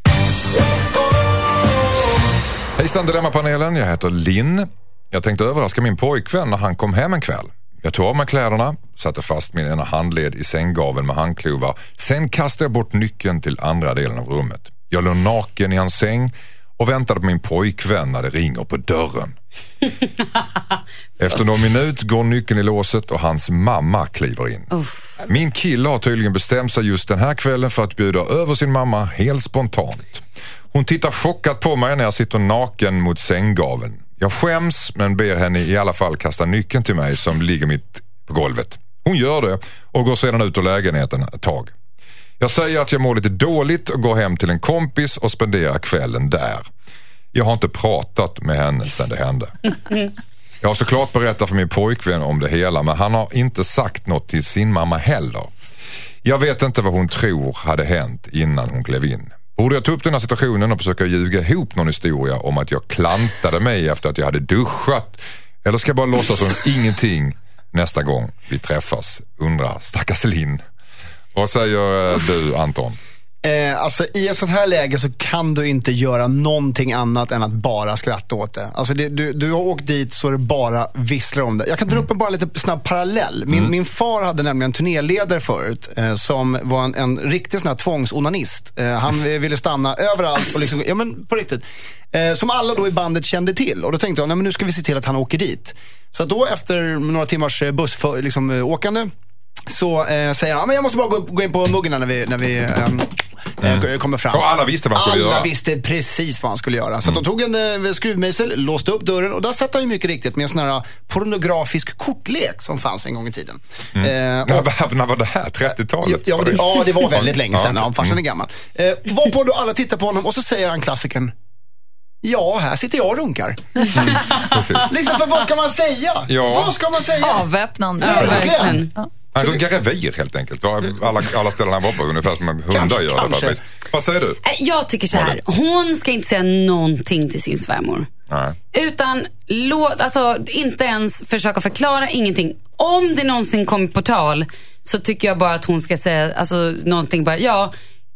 B: Hejsan Dilemma-panelen, jag heter Linn. Jag tänkte överraska min pojkvän när han kom hem en kväll. Jag tog av mig kläderna, satte fast min ena handled i sänggaveln med handklovar. Sen kastade jag bort nyckeln till andra delen av rummet. Jag låg naken i hans säng och väntade på min pojkvän när det ringer på dörren. Efter någon minut går nyckeln i låset och hans mamma kliver in. Uff. Min kille har tydligen bestämt sig just den här kvällen för att bjuda över sin mamma helt spontant. Hon tittar chockat på mig när jag sitter naken mot sänggaveln. Jag skäms men ber henne i alla fall kasta nyckeln till mig som ligger mitt på golvet. Hon gör det och går sedan ut ur lägenheten ett tag. Jag säger att jag mår lite dåligt och går hem till en kompis och spenderar kvällen där. Jag har inte pratat med henne sedan det hände. Jag har såklart berättat för min pojkvän om det hela, men han har inte sagt något till sin mamma heller. Jag vet inte vad hon tror hade hänt innan hon klev in. Borde jag ta upp den här situationen och försöka ljuga ihop någon historia om att jag klantade mig efter att jag hade duschat? Eller ska jag bara låtsas som ingenting nästa gång vi träffas? Undrar stackars Linn. Vad säger Uff. du, Anton?
D: Eh, alltså i ett sånt här läge så kan du inte göra någonting annat än att bara skratta åt det. Alltså det, du, du har åkt dit så det bara visslar om det. Jag kan dra upp en bara lite snabb parallell. Min, mm. min far hade nämligen en turnéledare förut eh, som var en, en riktig sån här tvångsonanist. Eh, han ville stanna överallt och liksom, ja men på riktigt. Eh, som alla då i bandet kände till. Och då tänkte jag, nej men nu ska vi se till att han åker dit. Så då efter några timmars buss för, liksom, åkande så eh, säger han, men jag måste bara gå, gå in på muggarna när vi, när vi eh, mm. kommer fram.
B: Och alla visste vad han skulle
D: alla
B: göra.
D: Alla visste precis vad han skulle göra. Så mm. de tog en eh, skruvmejsel, låste upp dörren och där satt han ju mycket riktigt med en sån här pornografisk kortlek som fanns en gång i tiden.
B: Mm. Eh, och, när, när var det här? trettiotalet?
D: Ja, det, ja, det var väldigt länge sedan. Ja, farsan är gammal. Eh, varpå då alla tittar på honom och så säger han klassikern, ja, här sitter jag och runkar. Mm. Precis. Liksom, för vad ska man säga?
B: Ja.
D: Vad ska man säga?
E: Avväpnande.
D: Verkligen.
E: Ja.
B: Han runkar revir helt enkelt. Alla, alla ställen han var på ungefär som hundar kanske, gör. Kanske. Vad säger du?
C: Jag tycker så här. Hon ska inte säga någonting till sin svärmor.
B: Nej.
C: Utan låt, alltså, inte ens försöka förklara ingenting. Om det någonsin kommer på tal så tycker jag bara att hon ska säga alltså, någonting bara, ja,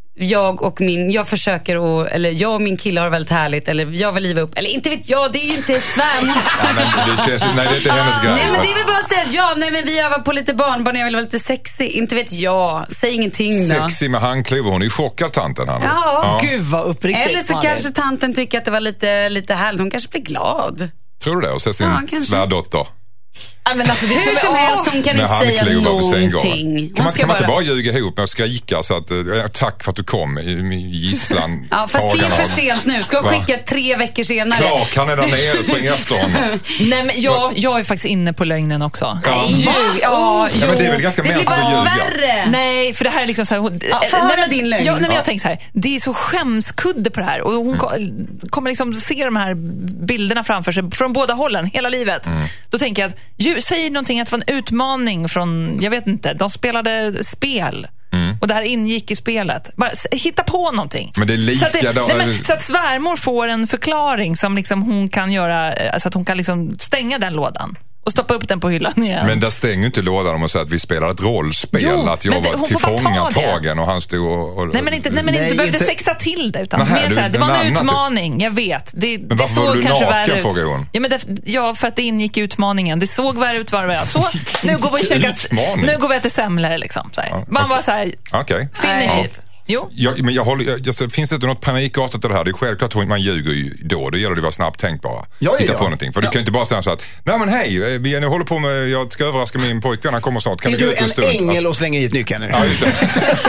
C: jag och min, jag försöker att, eller jag och min kille har det väldigt härligt, eller jag vill liva upp, eller inte vet jag, det är ju inte svärmors.
B: Ja, men det känns, nej, det är inte hennes grej.
C: Nej, men det är väl bara att säga att ja, nej men vi övar på lite barnbarn, jag vill vara lite sexig, inte vet jag, säg ingenting då.
B: Sexig med handklovar, hon är ju chockad tanten här nu.
C: Ja,
E: ja. Gud vad uppriktigt.
C: Eller så kanske tanten tycker att det var lite, lite härligt, hon kanske blir glad.
B: Tror du det? Och se sin ja, svärdotter.
C: Ja, men alltså, det hur som helst, hon kan inte säga någonting.
B: Kan man, kan man inte bara ljuga ihop med att skrika så att, äh, tack för att du kom i gisslan.
C: Ja, fast det är för sent nu. Ska hon skicka tre veckor senare?
B: Clark, han är där nere och springer efter honom.
E: Nej, men jag, jag är faktiskt inne på lögnen också.
B: Ja.
E: Ljug, ja,
B: ja, men det är väl ganska mänskligt att ljuga.
C: Värre.
E: Nej, för det här är liksom så här,
C: ja, för nej, men, din lögn.
E: Ja, nej, men jag
B: ja.
E: tänker så här, det är så skämskudde på det här. Och hon mm. kommer liksom se de här bilderna framför sig från båda hållen hela livet. Mm. Då tänker jag att, ju, säg någonting att det var en utmaning från, jag vet inte, de spelade spel. Mm. Och det här ingick i spelet. Bara hitta på någonting.
B: Men det är lika
E: så att, det,
B: då,
E: nej, men, så att svärmor får en förklaring som liksom hon kan göra, så att hon kan liksom stänga den lådan och stoppa upp den på hyllan igen.
B: Men där stänger inte lådan om att säga att vi spelar ett rollspel. Jo, att jag var tillfångatagen och han stod och... och
E: nej, men inte, nej, men
B: nej,
E: inte behövde
B: inte...
E: sexa till det. Utan
B: Nähä,
E: mer
B: du,
E: så här, det var en utmaning,
B: typ.
E: Jag vet. Det,
B: men
E: det
B: varför
E: såg
B: var du
E: kanske
B: naken,
E: värre
B: frågar hon?
E: Ja, men det, ja, för att det ingick i utmaningen. Det såg värre ut vad det var. Så, nu går vi och käkar, nu går vi äta semlor liksom. Så här. Ja, man var så här,
B: okay.
E: finish ja. it. Jo.
B: Ja, men jag håller, jag, jag, finns det inte något panikartat i det här? Det är självklart att man ljuger ju då. Det gäller det att vara snabbt tänkt bara.
D: Ja,
B: Hitta
D: ja.
B: på någonting. För
D: ja.
B: du kan inte bara säga så att nej men hej, vi nu håller på med, jag ska överraska min pojkvän, han kommer snart. Kan
D: är
B: du
D: du
B: en,
D: en
B: stund?
D: ängel och slänger hit nyckeln?
B: Ja, just det.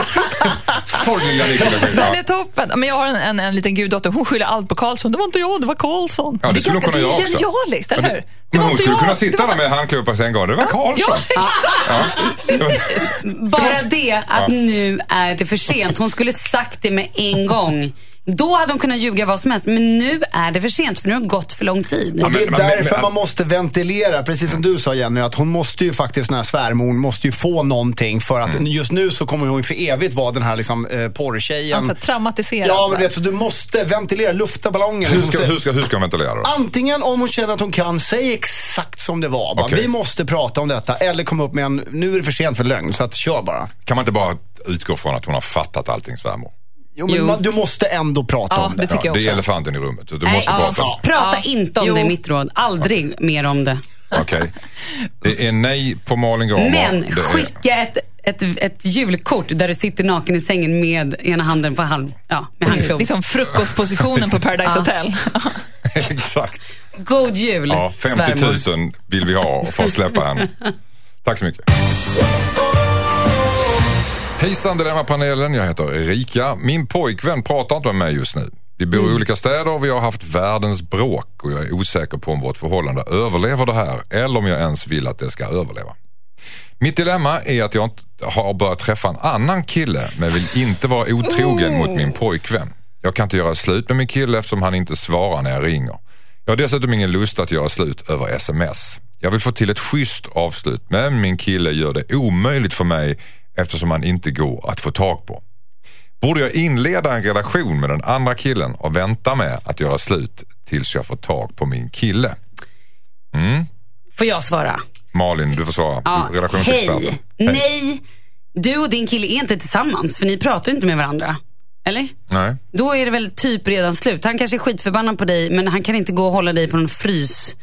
E: Den är toppen. Men jag har en, en, en liten guddotter. Hon skyller allt på Karlsson. Det var inte jag, det var Karlsson.
B: Ja, det,
E: det är ganska
B: det är
E: genialiskt, eller hur?
B: Men hon skulle jag. kunna sitta där med handklovar på sen gång. Det var Karlsson.
E: Ja, exakt.
C: Ja. Bara det att ja. nu är det för sent. Hon skulle sagt det med en gång. Då hade hon kunnat ljuga vad som helst. Men nu är det för sent, för nu har det gått för lång tid.
D: Och det är
B: men, men,
D: därför
B: men,
D: man måste ventilera, precis som du sa Jenny, att hon måste ju faktiskt, den här svärmor måste ju få någonting, för att mm. just nu så kommer hon för evigt vara den här liksom, eh, porrtjejen.
E: Alltså traumatiserad.
D: Ja, men vet, så du måste ventilera, lufta ballongen.
B: Hur
D: liksom,
B: ska, hur, ska, hur ska hon ventilera då?
D: Antingen om hon känner att hon kan, säg exakt som det var. Bara.
B: Okay.
D: Vi måste prata om detta, eller komma upp med en, nu är det för sent för lögn, så att kör bara.
B: Kan man inte bara utgå från att hon har fattat allting, svärmor?
D: Jo, men
C: Jo.
D: Man, du måste ändå prata
E: Ja,
D: om det.
E: det tycker jag
B: Det
E: också.
B: är elefanten i rummet. Du
C: Nej,
B: måste
C: ja,
B: prata om det.
C: prata
E: Ja.
C: inte om
E: Jo.
C: det, är mitt råd. Aldrig mer om det.
B: Okej. Okay. Det är nej på Malin Gramer.
C: Men
B: Det är...
C: skicka ett, ett, ett julkort där du sitter naken i sängen med ena handen på hand, ja, med handklov.
E: Liksom frukostpositionen på Paradise Hotel.
B: Exakt.
C: God jul,
B: Ja, femtio tusen vill vi ha för att släppa henne. Tack så mycket. Hejsan, Dilemma-panelen. Jag heter Erika. Min pojkvän pratar inte med mig just nu. Vi bor i olika städer och vi har haft världens bråk och jag är osäker på om vårt förhållande överlever det här eller om jag ens vill att det ska överleva. Mitt dilemma är att jag inte har börjat träffa en annan kille men vill inte vara otrogen mot min pojkvän. Jag kan inte göra slut med min kille eftersom han inte svarar när jag ringer. Jag har dessutom ingen lust att göra slut över sms. Jag vill få till ett schysst avslut men min kille gör det omöjligt för mig eftersom han inte går att få tag på. Borde jag inleda en relation med den andra killen och vänta med att göra slut tills jag får tag på min kille? Mm.
C: Får jag svara?
B: Malin, du får svara.
C: Ja,
B: Relationsexperten.
C: hej. Nej, du och din kille är inte tillsammans för ni pratar inte med varandra. Eller?
B: Nej.
C: Då är det väl typ redan slut. Han kanske är skitförbannad på dig men han kan inte gå och hålla dig på någon frys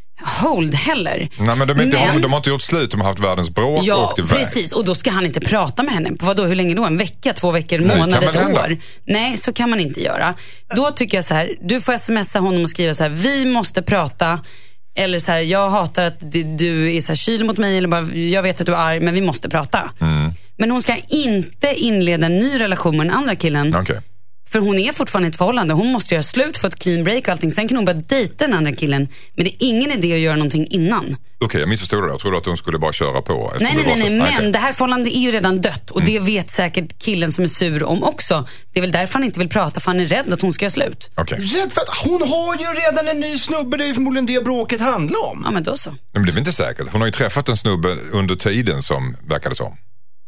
C: hold heller.
B: Nej, men de, är inte,
C: Men-
B: de har inte gjort slut, de har haft världens bråk och
C: Ja,
B: åkt iväg.
C: precis. Och då ska han inte prata med henne. På vadå, hur länge då? En vecka, två veckor, en
B: Nej,
C: månad,
B: kan
C: ett
B: väl hända.
C: år? Nej, så kan man inte göra. Då tycker jag så här, du får smsa honom och skriva så här: vi måste prata. Eller så här, jag hatar att du är så här kyl mot mig. Eller bara, jag vet att du är arg, men vi måste prata.
B: Mm.
C: Men hon ska inte inleda en ny relation med den andra killen.
B: Okej.
C: För hon är fortfarande i ett förhållande. Hon måste göra slut, få ett clean break och allting. Sen kan hon börja dejta den andra killen. Men det är ingen idé att göra någonting innan.
B: Okej, jag missförstod det. Jag trodde att hon skulle bara köra på. eftersom
C: Nej,
B: det
C: nej,
B: var
C: nej,
B: så-
C: nej. Men
B: okej.
C: det här förhållandet är ju redan dött. Och det vet säkert killen som är sur om också. Det är väl därför han inte vill prata, för han är rädd att hon ska göra slut.
B: Okej.
D: Rädd för att hon har ju redan en ny snubbe, det är ju förmodligen det bråket handlar om.
C: Ja, men då så.
B: Nej, men det är väl inte säkert. Hon har ju träffat en snubbe under tiden som verkar det som.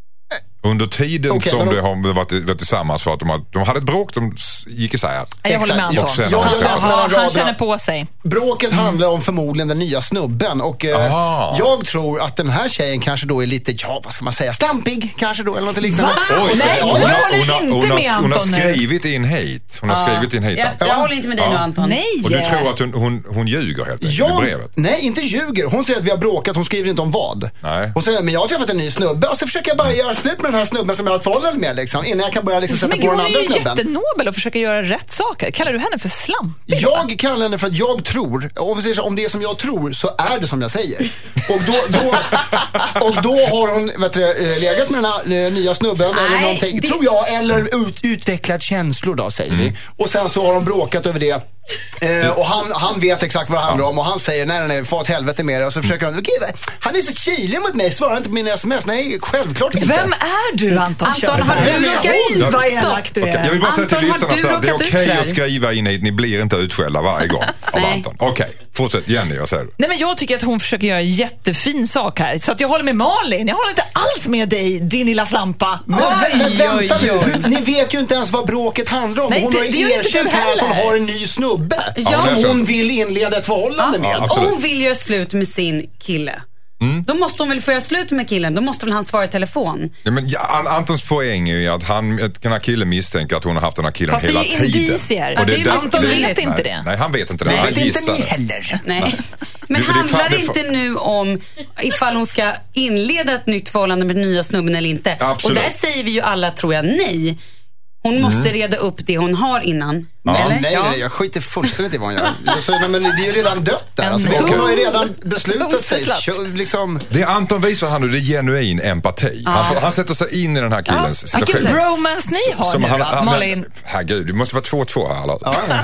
B: Under tiden
D: Okej,
B: som
D: men då-
B: de har varit, varit tillsammans för att de, har, de hade ett bråk, de s- gick isär.
E: Jag håller med
D: Exakt.
E: Anton.
B: Och sen
D: Ja,
B: har de
D: jag läser
B: träffat-
D: mellan
E: Ja, han
D: raderna.
E: känner på sig.
D: Bråket handlar om förmodligen den nya snubben och eh,
B: Ah.
D: jag tror att den här tjejen kanske då är lite, ja vad ska man säga, slampig kanske då eller något liknande.
E: Va?
B: Oj,
E: Nej,
B: så-
E: jag
B: hon, har,
E: håller
B: hon, har,
E: inte
B: hon, har,
E: med
B: hon har
E: Anton nu.
B: skrivit in hit. Hon har skrivit in hit.
C: Jag,
B: Anton.
C: jag håller inte med dig
B: Ja.
C: nu, Anton.
E: Nej.
B: Och du tror att hon, hon, hon ljuger helt enkelt i
D: Jag,
B: brevet?
D: nej, inte ljuger. Hon säger att vi har bråkat, hon skriver inte om vad.
B: Nej.
D: Hon säger, men jag har träffat en ny snubbe och så försöker jag bara göra slut med den här snubben som jag har ett förhållande med liksom, innan jag kan börja liksom sätta
E: Men
D: på
E: gud,
D: den
E: hon är
D: andra
E: ju
D: snubben.
E: jättenobel och försöker göra rätt saker. Kallar du henne för slampig?
D: Jag kallar henne för att jag tror, om, vi säger så, om det är som jag tror så är det som jag säger. Och då, då, och då har hon vet du, eh, legat med den här eh, nya snubben eller
C: Nej,
D: någonting,
C: det-
D: tror jag, eller ut, utvecklat känslor då säger vi. Och sen så har de bråkat över det. Eh, och han, han vet exakt vad det handlar om och han säger nej, nej, nej, få åt helvete med det. Och så försöker han, okej, han är så kylig mot mig, svarar inte på mina sms. Nej, självklart inte.
E: Vem är du, Anton?
C: Anton,
E: Körberg?
C: har du råkat
E: Oj,
C: ut?
E: vad
C: Stopp.
E: elak du
B: Okej,
E: är.
B: jag vill bara säga till
C: Anton, har
B: lyssnarna
C: du
B: så här, det är
C: råkat ut
B: okej
C: för
B: att
C: det?
B: skriva in hit, ni blir inte utskällda varje gång av
C: Nej.
B: Anton. Okej, fortsätt. Jenny, vad säger du?
E: Nej, men jag tycker att hon försöker göra en jättefin sak här. Så att jag håller med Malin. Jag håller inte alls med dig, din lilla slampa.
D: Men, vä- men vänta
C: oj,
D: nu,
C: oj.
D: Hur- ni vet ju inte ens vad bråket handlar om.
E: Nej,
D: Hon
E: det-
D: har
E: det gör
D: ju
E: inte
D: erkänt
E: du
D: här att hon
E: heller.
D: har en ny snubbe.
C: Ja.
D: Som
B: Ja,
D: hon vill inleda ett förhållande med.
B: Ja,
C: Om
B: absolut.
C: hon vill göra slut med sin kille, då måste hon väl få göra slut med killen. Då måste väl han svara i telefon.
B: Ja, men, ja, An- Antons poäng är ju att han, den här killen misstänker att hon har haft den här killen
E: Fast det
B: hela
E: är
B: tiden.
E: indicier.
B: Och
C: Ja, det är-
B: därför-
C: Anton
B: det-
C: vet
E: inte
B: nej,
E: det.
B: Nej, han vet inte det.
D: Det
B: Han
D: vet inte
B: gissar
D: ni
B: det.
D: heller.
C: Nej. Men
B: Det- det är fan-
C: handlar
B: det
C: det
B: är fan-
C: inte nu om ifall hon ska inleda ett nytt förhållande med den nya snubben eller inte?
B: Absolut.
C: Och där säger vi ju alla, tror jag, nej. Hon måste reda upp det hon har innan.
D: Ja,
C: eller?
D: nej,
C: Ja.
D: nej, jag skiter fullständigt i vad hon gör. Så, nej, men det är ju redan dött där. Alltså,
E: En
D: hon har ju
E: ung-
D: redan beslutat sig.
E: oseslatt.
D: Kö- Liksom,
B: Det Anton visar han nu, det är genuin empati. Han, får- han sätter sig in i den här killens
E: Vilken
B: situation.
E: bromance ni har
B: Som
E: nu
B: han,
E: då,
B: han,
E: Malin.
B: herregud, det måste vara två och två här. Eller?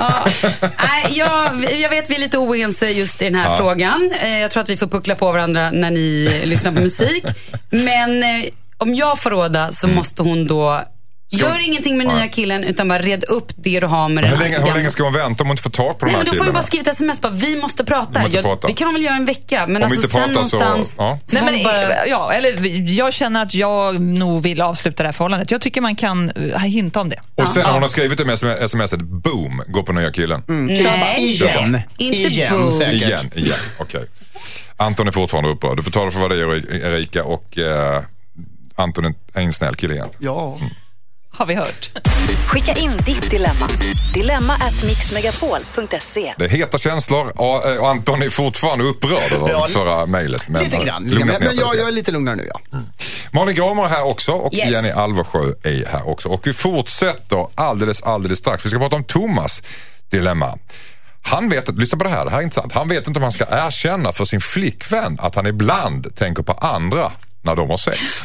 C: Nej, jag, jag vet vi är lite oense just i den här frågan. Eh, Jag tror att vi får puckla på varandra när ni lyssnar på musik. Men eh, om jag får råda så måste hon då Gör ingenting med nya killen utan bara red upp det du har med
B: hur
C: den
B: länge,
C: här.
B: hur länge ska hon vänta om hon inte får tag på de
C: Nej,
B: här
C: men då får
B: killarna?
C: ju bara skriva ett sms bara, vi måste prata.
B: Måste
C: Jag,
B: prata.
C: Det kan de väl göra en vecka. Men
B: om
C: alltså
B: inte
C: sen
B: pratar så...
C: någonstans
B: Ja.
C: så
E: Nej,
C: får
E: men,
C: man bara...
E: ja, eller jag känner att jag nog vill avsluta det här förhållandet. Jag tycker man kan uh, hinta om det.
B: Och sen när
E: Ja.
B: hon har skrivit det med smset, boom, gå på nya killen.
D: Mm.
C: Nej.
D: Igen.
C: Inte
D: igen,
C: boom.
D: säkert.
B: Igen, igen, okej. Anton är fortfarande upprörd. Du får ta det för vad det är, Erika. Och eh, Anton är en snäll kille egentligen.
D: Ja.
B: Mm.
E: Har vi hört.
A: Skicka in ditt dilemma. Dilemma at mixmegapol punkt se.
B: Det är heta känslor och, och Anton är fortfarande upprörd över
D: Ja,
B: förra mejlet.
D: Lite grann. Men, men jag, jag är lite lugnare nu, ja.
B: Mm. Malin Gramer är här också och
C: Yes.
B: Jenny Alversjö är här också. Och vi fortsätter alldeles, alldeles strax. Vi ska prata om Thomas dilemma. Han vet, lyssna på det här, det här är intressant. Han vet inte om han ska erkänna för sin flickvän att han ibland tänker på andra när de har sex.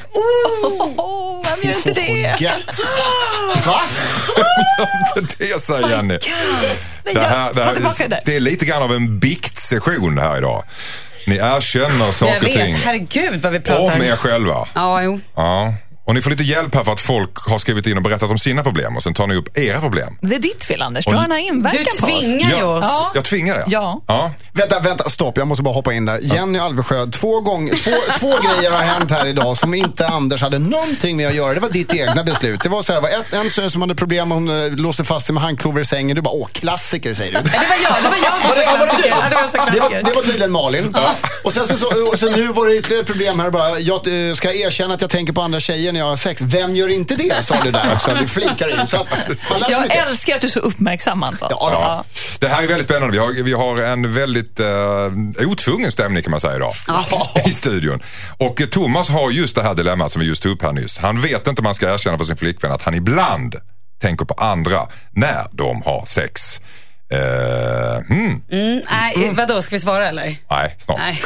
E: Oh, vem gör inte det?
D: Gött. Va?
B: Inte det, säger Jenny. Det, här, det,
E: Ta tillbaka
B: här,
E: det.
B: det är lite grann av en biktsession här idag. Ni erkänner saker
C: Jag
B: och ting
C: vet, herregud vad vi pratar.
B: om er själva.
C: Ja, jo.
B: Ja. Och ni får lite hjälp här för att folk har skrivit in och berättat om sina problem och sen tar ni upp era problem.
E: Det är ditt fel, Anders. Du
B: Och-
E: har den här inverkan
C: Du
E: på oss.
C: tvingar ju oss.
E: Ja.
B: Jag tvingar er.
E: Ja.
B: ja.
D: Vänta, vänta, stopp. Jag måste bara hoppa in där. Jenny Alversjö, två, gång, två, två grejer har hänt här idag som inte Anders hade någonting med att göra. Det var ditt egna beslut. Det var så här, det var ett, en tjej som hade problem, hon äh, låste fast sig med handklover i sängen. Du bara, åh, klassiker, säger du.
C: Det var jag, det var jag som sa klassiker. Ja, det var så
D: Det var,
C: klassiker.
D: det var tydligen Malin. Och sen så, så, och sen nu var det ytterligare ett problem här bara. Jag äh, ska erkänna att jag tänker på andra tjejer när jag har sex. Vem gör inte det, sa du där också. Du flikar in. Så att, han lär så
E: Jag
D: mycket.
E: älskar att du är så uppmärksam, Anton.
D: Ja, då.
B: Ja. Det här är väldigt spännande. Vi har, vi har en väldigt uh, otvungen stämning kan man säga idag i studion. Och eh, Thomas har just det här dilemmat som vi just tog upp här nyss. Han vet inte om han ska erkänna för sin flickvän att han ibland tänker på andra när de har sex. Uh, hmm.
C: Mm, nej, vadå, ska vi svara eller?
B: Nej, snart.
C: Nej.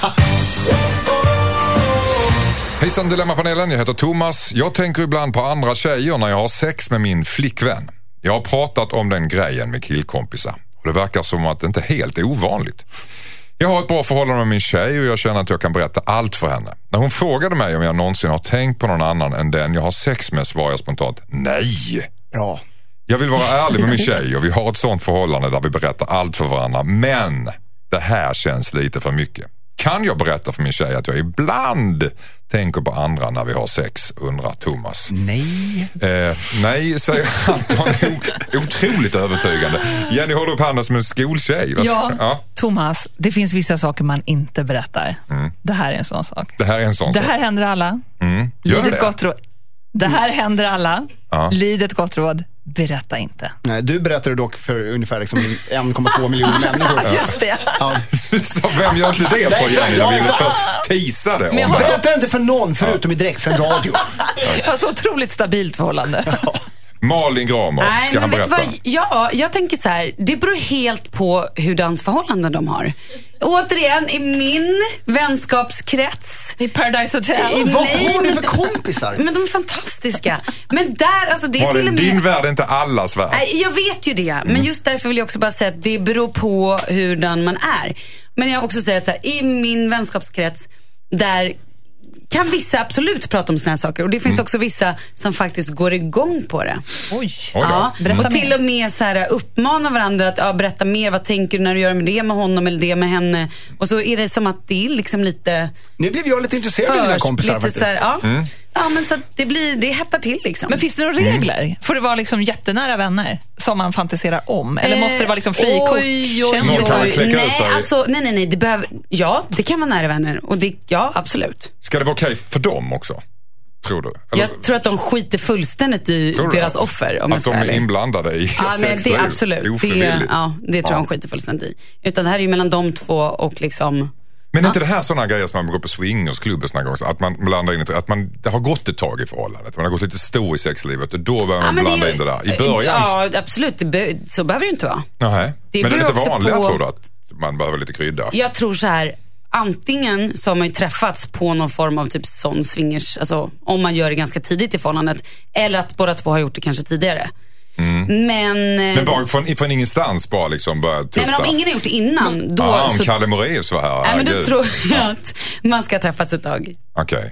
B: Hejsan Dilemmapanelen, jag heter Thomas. Jag tänker ibland på andra tjejer när jag har sex med min flickvän. Jag har pratat om den grejen med killkompisar och det verkar som att det inte är helt ovanligt. Jag har ett bra förhållande med min tjej och jag känner att jag kan berätta allt för henne. När hon frågade mig om jag någonsin har tänkt på någon annan än den jag har sex med svarar jag spontant nej.
D: Bra.
B: Jag vill vara ärlig med min tjej och vi har ett sånt förhållande där vi berättar allt för varandra. Men det här känns lite för mycket. Kan jag berätta för min tjej att jag ibland tänker på andra när vi har sex, undrar Thomas.
D: Nej.
B: Eh, nej, säger Anton. O- otroligt övertygande. Jenny håller upp handen som en skoltjej. Vad-
E: Ja,
B: ja,
E: Thomas, det finns vissa saker man inte berättar. Det här är en sån sak.
B: det här är en sån
E: Det
B: sak.
E: här händer alla.
B: Mm. Gör
E: Lyd
B: det?
E: ett gott råd. Det här händer alla.
B: Ja.
E: Lyd ett gott råd. Berätta inte.
D: Nej, du berättade dock för ungefär liksom en komma två miljoner människor.
E: Just det.
D: Ja.
B: Så vem gör inte det, sa
D: Nej,
B: Jenny.
D: ja,
B: Jag ville
D: exakt.
B: för teasade om
E: Men jag
B: det.
E: har-
D: Berätta inte för någon förutom i direktsänd radio.
E: Jag har så otroligt stabilt förhållande.
B: Malin Gramer,
C: Nej,
B: ska han
C: men vet du
B: berätta?
C: vad? Ja, jag tänker så här. Det beror helt på hurdant förhållanden de har. Återigen, i min vänskapskrets.
E: I Paradise Hotel.
C: I-
D: Vad
C: Nej,
D: har du
C: men-
D: för kompisar?
C: Men de är fantastiska. Men där, alltså det är till
B: Malin,
C: och med...
B: din värld är inte allas värld.
C: Nej, jag vet ju det. Men just därför vill jag också bara säga att det beror på hurdan man är. Men jag också säger att så här, i min vänskapskrets, där kan vissa absolut prata om såna här saker. Och det finns också vissa som faktiskt går igång på det.
E: Oj.
B: Oj då.
C: Ja,
E: Berätta
C: och till
E: mer.
C: och med så här, uppmana varandra att ja, berätta mer. Vad tänker du när du gör med det med honom eller det med henne? Och så är det som att det är liksom lite
D: Nu blev jag lite intresserad av dina
C: först,
D: kompisar
C: lite
D: faktiskt.
C: så här, ja.
B: Mm.
C: ja, men så att det blir, det hettar till liksom.
E: Men finns det några regler? Får det vara liksom jättenära vänner som man fantiserar om? Eller måste det vara liksom frikort?
C: Oj, oj,
B: Någon kan
C: oj.
B: kläcka ur
C: Nej,
B: sig.
C: alltså, nej, nej, nej. Det behöver, ja, det kan vara nära vänner. Och det, ja, absolut.
B: Ska det vara okej för dem också? Tror du? Eller,
C: Jag tror att de skiter fullständigt i
B: tror du
C: deras
B: det?
C: offer, om jag
B: Att
C: ska
B: de
C: vara
B: är
C: ärlig.
B: inblandade i
C: Ja, nej,
B: sexliv?
C: det är absolut. Det,
B: Ofrivilligt.
C: ja, det tror jag
B: Ja.
C: de skiter fullständigt i. Utan det här är ju mellan de två och liksom...
B: Men är inte det här sådana grejer som man går på swingersklubb och såna gånger, att man blandar in, att man, det har gått ett tag i förhållandet, man har gått lite stor i sexlivet och då börjar man
C: men det är
B: blanda
C: ju-
B: in det där. I början,
C: Ja, absolut. Det be, så behöver det inte vara.
B: nej.
C: det
B: Men är det
C: beror
B: inte
C: också
B: vanligare
C: på-
B: tror du att man behöver lite krydda?
C: Jag tror så här, antingen så har man ju träffats på någon form av typ sån swingers, alltså om man gör det ganska tidigt i förhållandet, eller att båda två har gjort det kanske tidigare. Men,
B: Men bara från, från ingenstans bara liksom börja
C: nej, men om ingen har gjort det innan, då,
B: ah, om
C: så,
B: Kalle Moraeus var här.
C: nej, men då
B: herregud.
C: tror jag att man ska träffas ett tag.
B: Okej.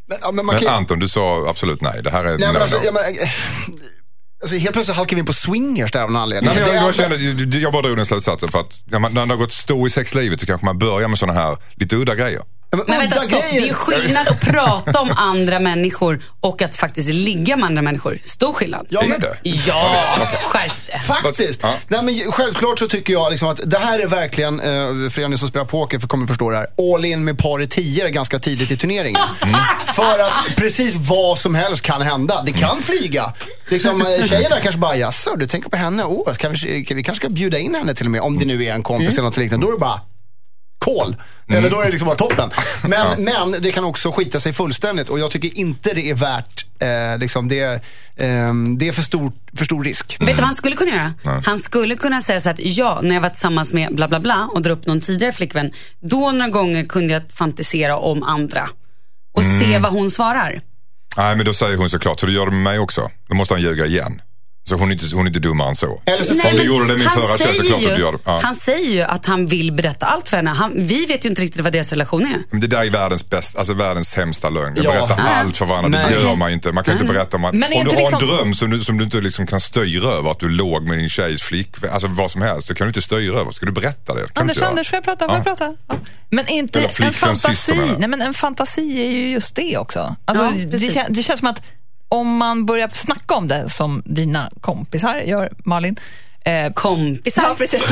D: Men, ja, men, man
B: men
D: kan...
B: Anton, du sa absolut nej. Det här är...
D: Nej, men alltså, jag, men, alltså, helt plötsligt halkar vi in på swingers där av någon anledning.
B: Nej, men jag, jag,
D: är...
B: känner, jag bara drog den slutsatsen för att när man, när det har gått stå i sexlivet så kanske man börjar med såna här lite udda grejer.
D: Men,
C: men vänta, stopp. Det är ju skillnad att prata om andra människor och att faktiskt ligga med andra människor. Stor skillnad.
D: Ja, men...
B: Är det?
C: Ja, okay. Skärp det.
D: Faktiskt. Ja. Nej, men självklart så tycker jag liksom att det här är verkligen, eh, för er som spelar poker för kommer förstå det här, all in med par i tio ganska tidigt i turneringen. Mm. För att precis vad som helst kan hända. Det kan mm. flyga. Liksom, tjejerna kanske bara, jaså, du tänker på henne? Oh, kan vi, kan vi kanske ska bjuda in henne till och med, om det nu är en kompis mm. eller något liknande. Då är det bara... kol. Mm. Eller då är det liksom bara toppen. Men, ja. men det kan också skita sig fullständigt. Och jag tycker inte det är värt eh, liksom det, eh, det är för stor, för stor risk.
C: Mm. Vet du vad han skulle kunna göra? Mm. Han skulle kunna säga så att ja, när jag var tillsammans med bla bla bla och dra upp någon tidigare flickvän, då några gånger kunde jag fantisera om andra och mm. se vad hon svarar.
B: Nej, men då säger hon såklart, så det gör det med mig också. Då måste han ljuga igen. Så hon är inte, hon är inte dummare än så. Eller så
C: Nej,
B: om du gjorde det min förra tjej så klart
C: ju,
B: att du gör det. Ja.
C: Han säger ju att han vill berätta allt för henne. Han, vi vet ju inte riktigt vad deras relation är.
B: Men det där är världens bästa, alltså världens sämsta lögn. Jag
D: ja.
B: berättar
C: Nej.
B: allt för varandra. Nej. Det gör man inte. Man kan Nej. inte berätta om att, om du har liksom... en dröm som du, som du inte liksom kan styra över, att du låg med din tjejs flickvän, alltså vad som helst, det kan du inte styra över. Ska du berätta det? Kan
E: Anders,
B: inte
E: Anders, får jag prata? Får jag prata? Ja. Men inte en fantasi. Nej, men en fantasi är ju just det också. Alltså, ja, det, kän, det känns som att om man börjar snacka om det som dina kompisar gör, Malin.
C: Eh, kompisar?
E: Ja, precis.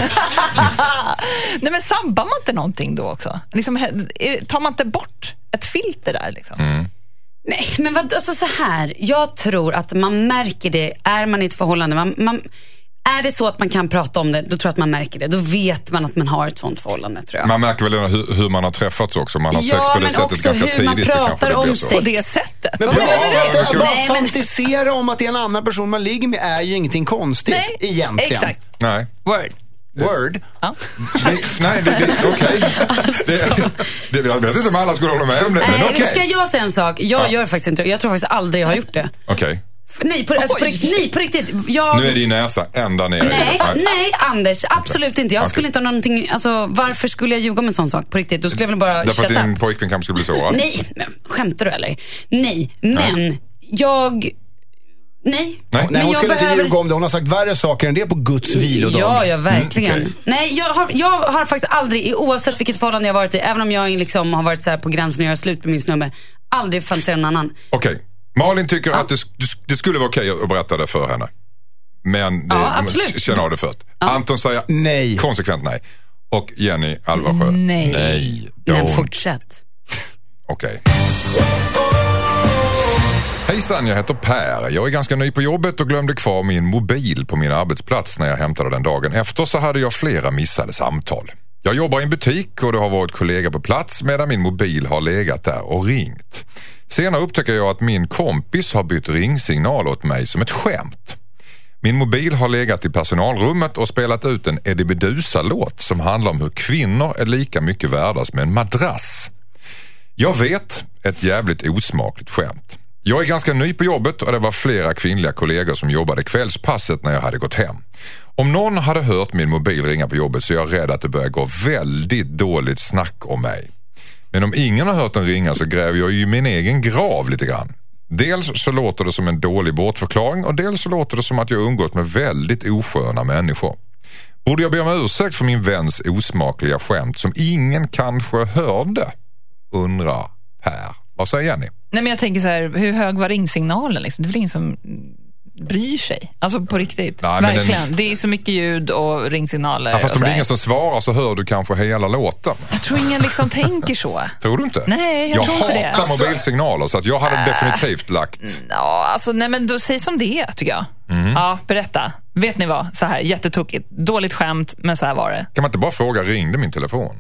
E: Nej, men sabbar man inte någonting då också? Liksom, tar man inte bort ett filter där liksom?
B: Mm.
C: Nej, men vad, alltså så här. Jag tror att man märker det. Är man i ett förhållande, man... man Är det så att man kan prata om det, då tror jag att man märker det. Då vet man att man har ett sånt förhållande, tror jag.
B: Man märker väl hur, hur man har träffats också. Man har ja, sex på det sättet ganska tidigt. Ja, men också hur man pratar om
C: sex.
E: På det sättet.
D: Men på det sättet, att bara fantisera om att det är en annan person man ligger med är ju ingenting konstigt.
E: Nej,
D: egentligen.
E: Exakt.
B: Nej.
E: Word.
D: Word?
E: Ja.
B: Det, nej, det, det, okej. Okay. Alltså. Det, det, jag vet inte om alla skulle hålla med om det.
C: Nej,
B: men okay.
C: Ska jag säga en sak? Jag ja. gör faktiskt inte. Jag tror faktiskt aldrig jag har gjort det.
B: Okej. Okay.
C: Nej, på, alltså, på, nej, på riktigt. Jag...
B: Nu är din näsa ända ner.
C: Nej, nej, Anders, absolut inte. Jag skulle okay. inte ha någonting, alltså, varför skulle jag ljuga om en sån sak? På riktigt, då skulle jag väl bara
B: därför att din pojkvän kanske skulle bli sårad.
C: Nej, men, skämtar du eller? Nej, men nej. jag... Nej.
D: Nej, nej hon jag skulle behöver... inte ljuga om det. Hon har sagt värre saker än det på Guds vilodag.
C: Ja, ja, verkligen. Mm, okay. Nej, jag har, jag har faktiskt aldrig, oavsett vilket förhållande jag har varit i, även om jag liksom har varit så här på gränsen och jag har slut med min snubbe, aldrig fantiserat någon annan.
B: Okej. Okay. Malin tycker ja. att det, det skulle vara okej att berätta det för henne. Men det,
C: ja,
B: känner av det först. Ja. Anton säger
D: nej.
B: Konsekvent nej. Och Jenny Alvarsjö.
E: Nej.
B: Nej.
C: Men fortsätt.
B: Okej. Okay. Hejsan, jag heter Per. Jag är ganska ny på jobbet och glömde kvar min mobil på min arbetsplats när jag hämtade den dagen efter, så hade jag flera missade samtal. Jag jobbar i en butik och det har varit kollega på plats medan min mobil har legat där och ringt. Senare upptäcker jag att min kompis har bytt ringsignal åt mig som ett skämt. Min mobil har legat i personalrummet och spelat ut en Eddie Meduza-låt som handlar om hur kvinnor är lika mycket värda som en madrass. Jag vet, ett jävligt osmakligt skämt. Jag är ganska ny på jobbet och det var flera kvinnliga kollegor som jobbade kvällspasset när jag hade gått hem. Om någon hade hört min mobil ringa på jobbet så är jag rädd att det börjar gå väldigt dåligt snack om mig. Men om ingen har hört den ringa så gräver jag ju min egen grav lite grann. Dels så låter det som en dålig bortförklaring och dels så låter det som att jag umgått med väldigt osköna människor. Borde jag be om ursäkt för min väns osmakliga skämt som ingen kanske hörde? Undrar Per. Vad säger Jenny?
E: Nej, men jag tänker så här, hur hög var ringsignalen liksom? Det är väl ingen som bryr sig. Alltså på riktigt. Nej, verkligen. Den... Det är så mycket ljud och ringsignaler.
B: Ja, fast
E: om
B: det är ingen som svarar så hör du kanske hela låten.
E: Jag tror ingen liksom tänker så.
B: Tror du inte?
E: Nej, jag, jag tror inte det.
B: Jag hatar mobilsignaler så att jag hade äh, definitivt lagt...
E: Ja, alltså nej men då säg som det är, tycker jag. Mm. Ja, berätta. Vet ni vad? Så här, jättetokigt. Dåligt skämt, men så här var det.
B: Kan man inte bara fråga, ringde min telefon?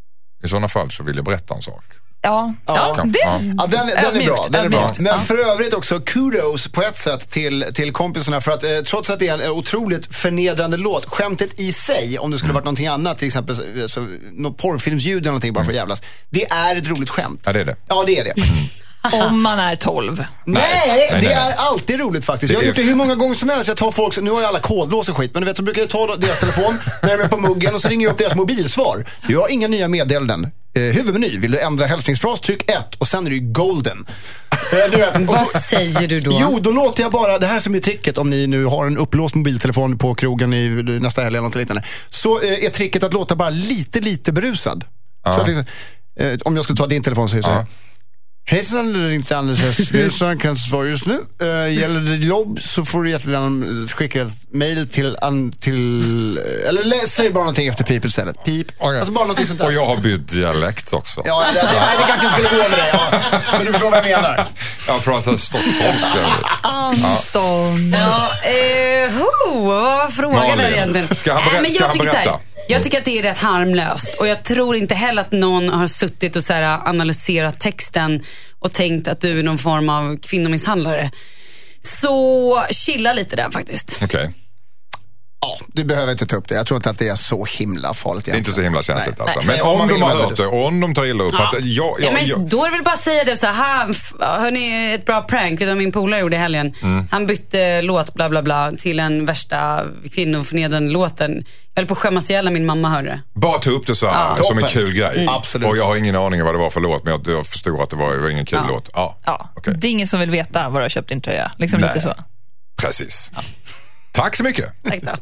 B: I sådana fall så vill jag berätta en sak.
E: Ja, ja,
D: ja,
E: det,
D: ja. ja den, den är bra, den är bra. Men för övrigt också kudos på ett sätt till, till kompisarna för att eh, trots att det är en otroligt förnedrande låt, skämtet i sig, om det skulle mm. varit någonting annat, till exempel så, så, något porrfilmsljud eller någonting bara mm. för jävlas, det är ett roligt skämt.
B: Ja, det är det.
D: Ja, det är det.
E: Om man är tolv.
D: Nej, nej, nej det nej, nej. är alltid roligt faktiskt. Det jag har gjort det hur många gånger som helst. Jag tar folk, nu har jag alla kodlås och skit, men du vet så brukar jag ta deras telefon när de är på muggen och så ringer jag upp deras mobilsvar. Du har inga nya meddelanden. Eh, huvudmeny, vill du ändra hälsningsfras, tryck ett och sen är det ju golden. Du vet,
C: Vad
D: så,
C: säger du då?
D: Jo, då låter jag bara, det här som är tricket om ni nu har en upplåst mobiltelefon på krogen i nästa helg eller något liknande. Så eh, är tricket att låta bara lite, lite berusad.
B: Ja.
D: Så att, eh, om jag skulle ta din telefon så är det så här. Hejsan, det är inte Anders Nilsson, kan svara just nu. Uh, gäller det jobb så får du jättegärna skicka ett mejl till, an, till eller lä, säg bara någonting efter pip istället. Pip.
B: Okay.
D: Alltså bara någonting sånt där.
B: Och jag har bytt dialekt också.
D: Ja, det, det, det kanske inte skulle gå med det. Ja. Men du förstår vad jag menar.
B: Jag pratar stockholmska.
E: Anton.
C: Ja, eh, ho, vad var frågan
B: Malin,
C: där egentligen?
B: ska han berätta?
C: Nej, men
B: Ska
C: jag
B: han
C: tycker så här,
B: berätta?
C: Jag tycker att det är rätt harmlöst. Och jag tror inte heller att någon har suttit och så här analyserat texten och tänkt att du är någon form av kvinnomisshandlare. Så chilla lite där faktiskt.
B: Okej. Okay.
D: Ja, du behöver inte ta upp det. Jag tror inte att det är så himla farligt.
B: Det är inte så himla känsligt alltså.
D: Nej.
B: Men
D: Nej,
B: om, om de har
D: vill
B: hört det, om de tar illa upp.
C: Ja.
B: Att jag,
C: Ja,
B: jag,
C: men
B: jag,
C: då är det väl bara att säga det så här, hörni, ett bra prank utan min polare gjorde i helgen. Mm. Han bytte låt bla bla bla till en värsta kvinnoförnedrande låten. Jag höll på att skämmas ihjäl när min mamma hörde.
B: Bara ta upp det så här,
C: Ja.
B: som en kul grej.
D: Mm. Absolut.
B: Och jag har ingen aning vad det var för låt, men jag, jag förstod att det var, det var ingen kul
C: Ja.
B: låt. Ja.
E: Ja.
B: Okay.
E: Det är ingen som vill veta var du har köpt din tröja. Liksom
B: Nej.
E: lite så.
B: Precis. Ja. Tack så mycket.
C: Tack då.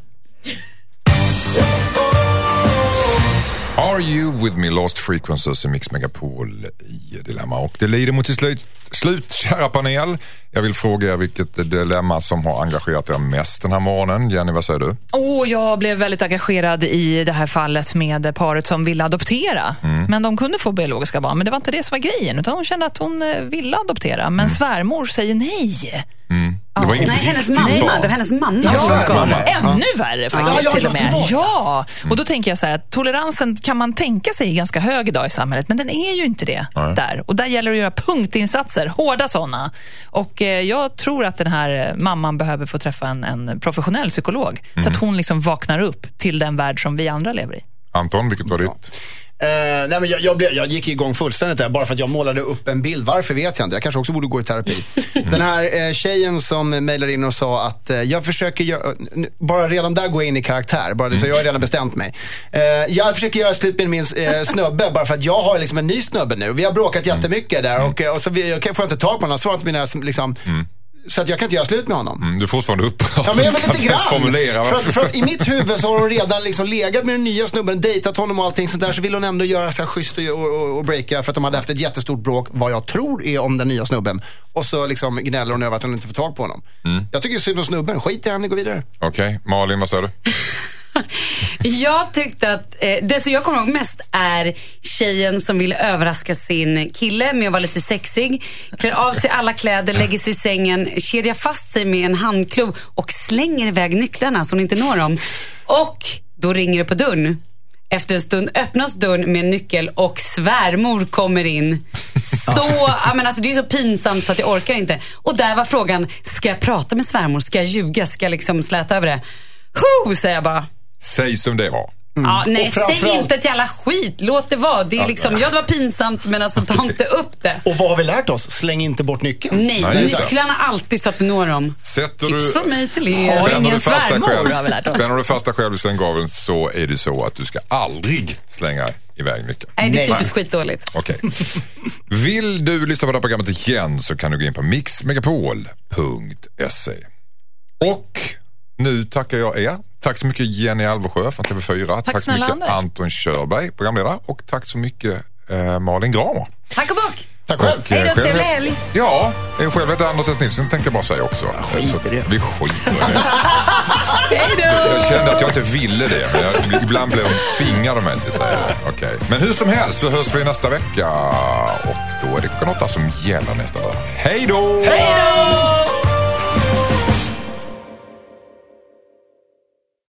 B: Are You With Me, Lost Frequencies i Mix Megapol i Dilemma. Och det lider mot till slut, slut, kära panel. Jag vill fråga er vilket dilemma som har engagerat er mest den här morgonen. Jenny, vad säger du?
E: Oh, jag blev väldigt engagerad i det här fallet med paret som ville adoptera. Mm. Men de kunde få biologiska barn. Men det var inte det som var grejen. Utan hon kände att hon ville adoptera. Men mm. svärmor säger nej.
B: Mm. Det var
C: oh. Nej, hennes mamma.
B: barn.
C: Det var hennes mamma
E: ja,
C: som var
E: mamma. Ännu värre faktiskt
D: ja,
E: till och med.
D: Ja,
E: ja. Och då tänker jag så här att toleransen kan man tänka sig ganska hög idag i samhället. Men den är ju inte det nej. där. Och där gäller det att göra punktinsatser. Hårda sådana. Och eh, jag tror att den här mamman behöver få träffa en, en professionell psykolog. Mm. Så att hon liksom vaknar upp till den värld som vi andra lever i.
B: Anton, vilket var ditt?
D: Ja. Uh, nej men jag, jag, blev, jag gick igång fullständigt där bara för att jag målade upp en bild. Varför vet jag inte. Jag kanske också borde gå i terapi. Den här uh, tjejen som mejlade in och sa att uh, jag försöker göra, uh, bara redan där gå in i karaktär. Bara, mm. Så jag har redan bestämt mig. Uh, jag försöker göra slut med min uh, snubbe bara för att jag har liksom en ny snubbe nu. Vi har bråkat jättemycket där och, och så vi, jag får inte tag på honom. Så, mina, liksom, mm. så att jag kan inte göra slut med honom.
B: Mm, du är fortfarande upprörd.
D: Ja, men jag vill lite grann.
B: Formulera.
D: För, att, för att i mitt huvud så har hon redan liksom legat med den nya snubben, dejtat honom och allting sånt där. Så vill hon ändå göra så här schysst och, och, och breaka för att de hade haft ett jättestort bråk, vad jag tror är om den nya snubben. Och så liksom gnäller hon över att hon inte får tag på honom. Mm. Jag tycker synd om snubben. Skit i henne, gå vidare.
B: Okej, okay. Malin, vad säger du?
C: Jag tyckte att eh, det som jag kommer ihåg mest är tjejen som ville överraska sin kille med att vara lite sexig, klär av sig alla kläder, lägger sig i sängen, kedjar fast sig med en handklov och slänger iväg nycklarna så hon inte når dem. Och då ringer det på dörren. Efter en stund öppnas dörren med en nyckel och svärmor kommer in. Så, ja, men alltså, det är så pinsamt så att jag orkar inte. Och där var frågan, ska jag prata med svärmor? Ska jag ljuga? Ska jag liksom släta över det? Ho, säger jag bara.
B: Säg som det var.
C: Mm. Ja, nej,
D: framförallt...
C: säg inte ett jävla skit. Låt det vara. Det är liksom, ja, det var pinsamt, men alltså ta inte upp det.
D: Och vad har vi lärt oss? Släng inte bort nyckeln.
C: Nej,
B: nej
C: nycklarna alltid så att du når dem.
B: Sätter
C: Tips
B: du...
C: från mig till er.
B: Spänner du fast dig själv,
E: har vi lärt oss.
B: spänner du fast dig själv i sänggaveln så är det så att du ska aldrig slänga iväg nyckeln.
C: Nej, det är typiskt skitdåligt.
B: Okej. Okay. Vill du lyssna på det här programmet igen så kan du gå in på mix megapol punkt se. Och nu tackar jag er. Tack så mycket Jenny Alversjö från T V fyra. Tack, tack så mycket Anders. Anton Körberg, programledare. Och tack så mycket eh, Malin Gramer.
C: Tack och bock.
D: Tack själv.
C: Hej då, trevlig helg.
B: Ja, jag själv heter Anders S. Nilsson tänkte jag bara säga också.
D: Skit i det.
B: Vi skiter i det.
C: Hej då.
B: Jag kände att jag inte ville det, men jag, ibland blev de tvingade mig att säga det. Okay. Men hur som helst så hörs vi nästa vecka och då är det klockan åtta som gäller nästa dag. Hej då!
C: Hej då!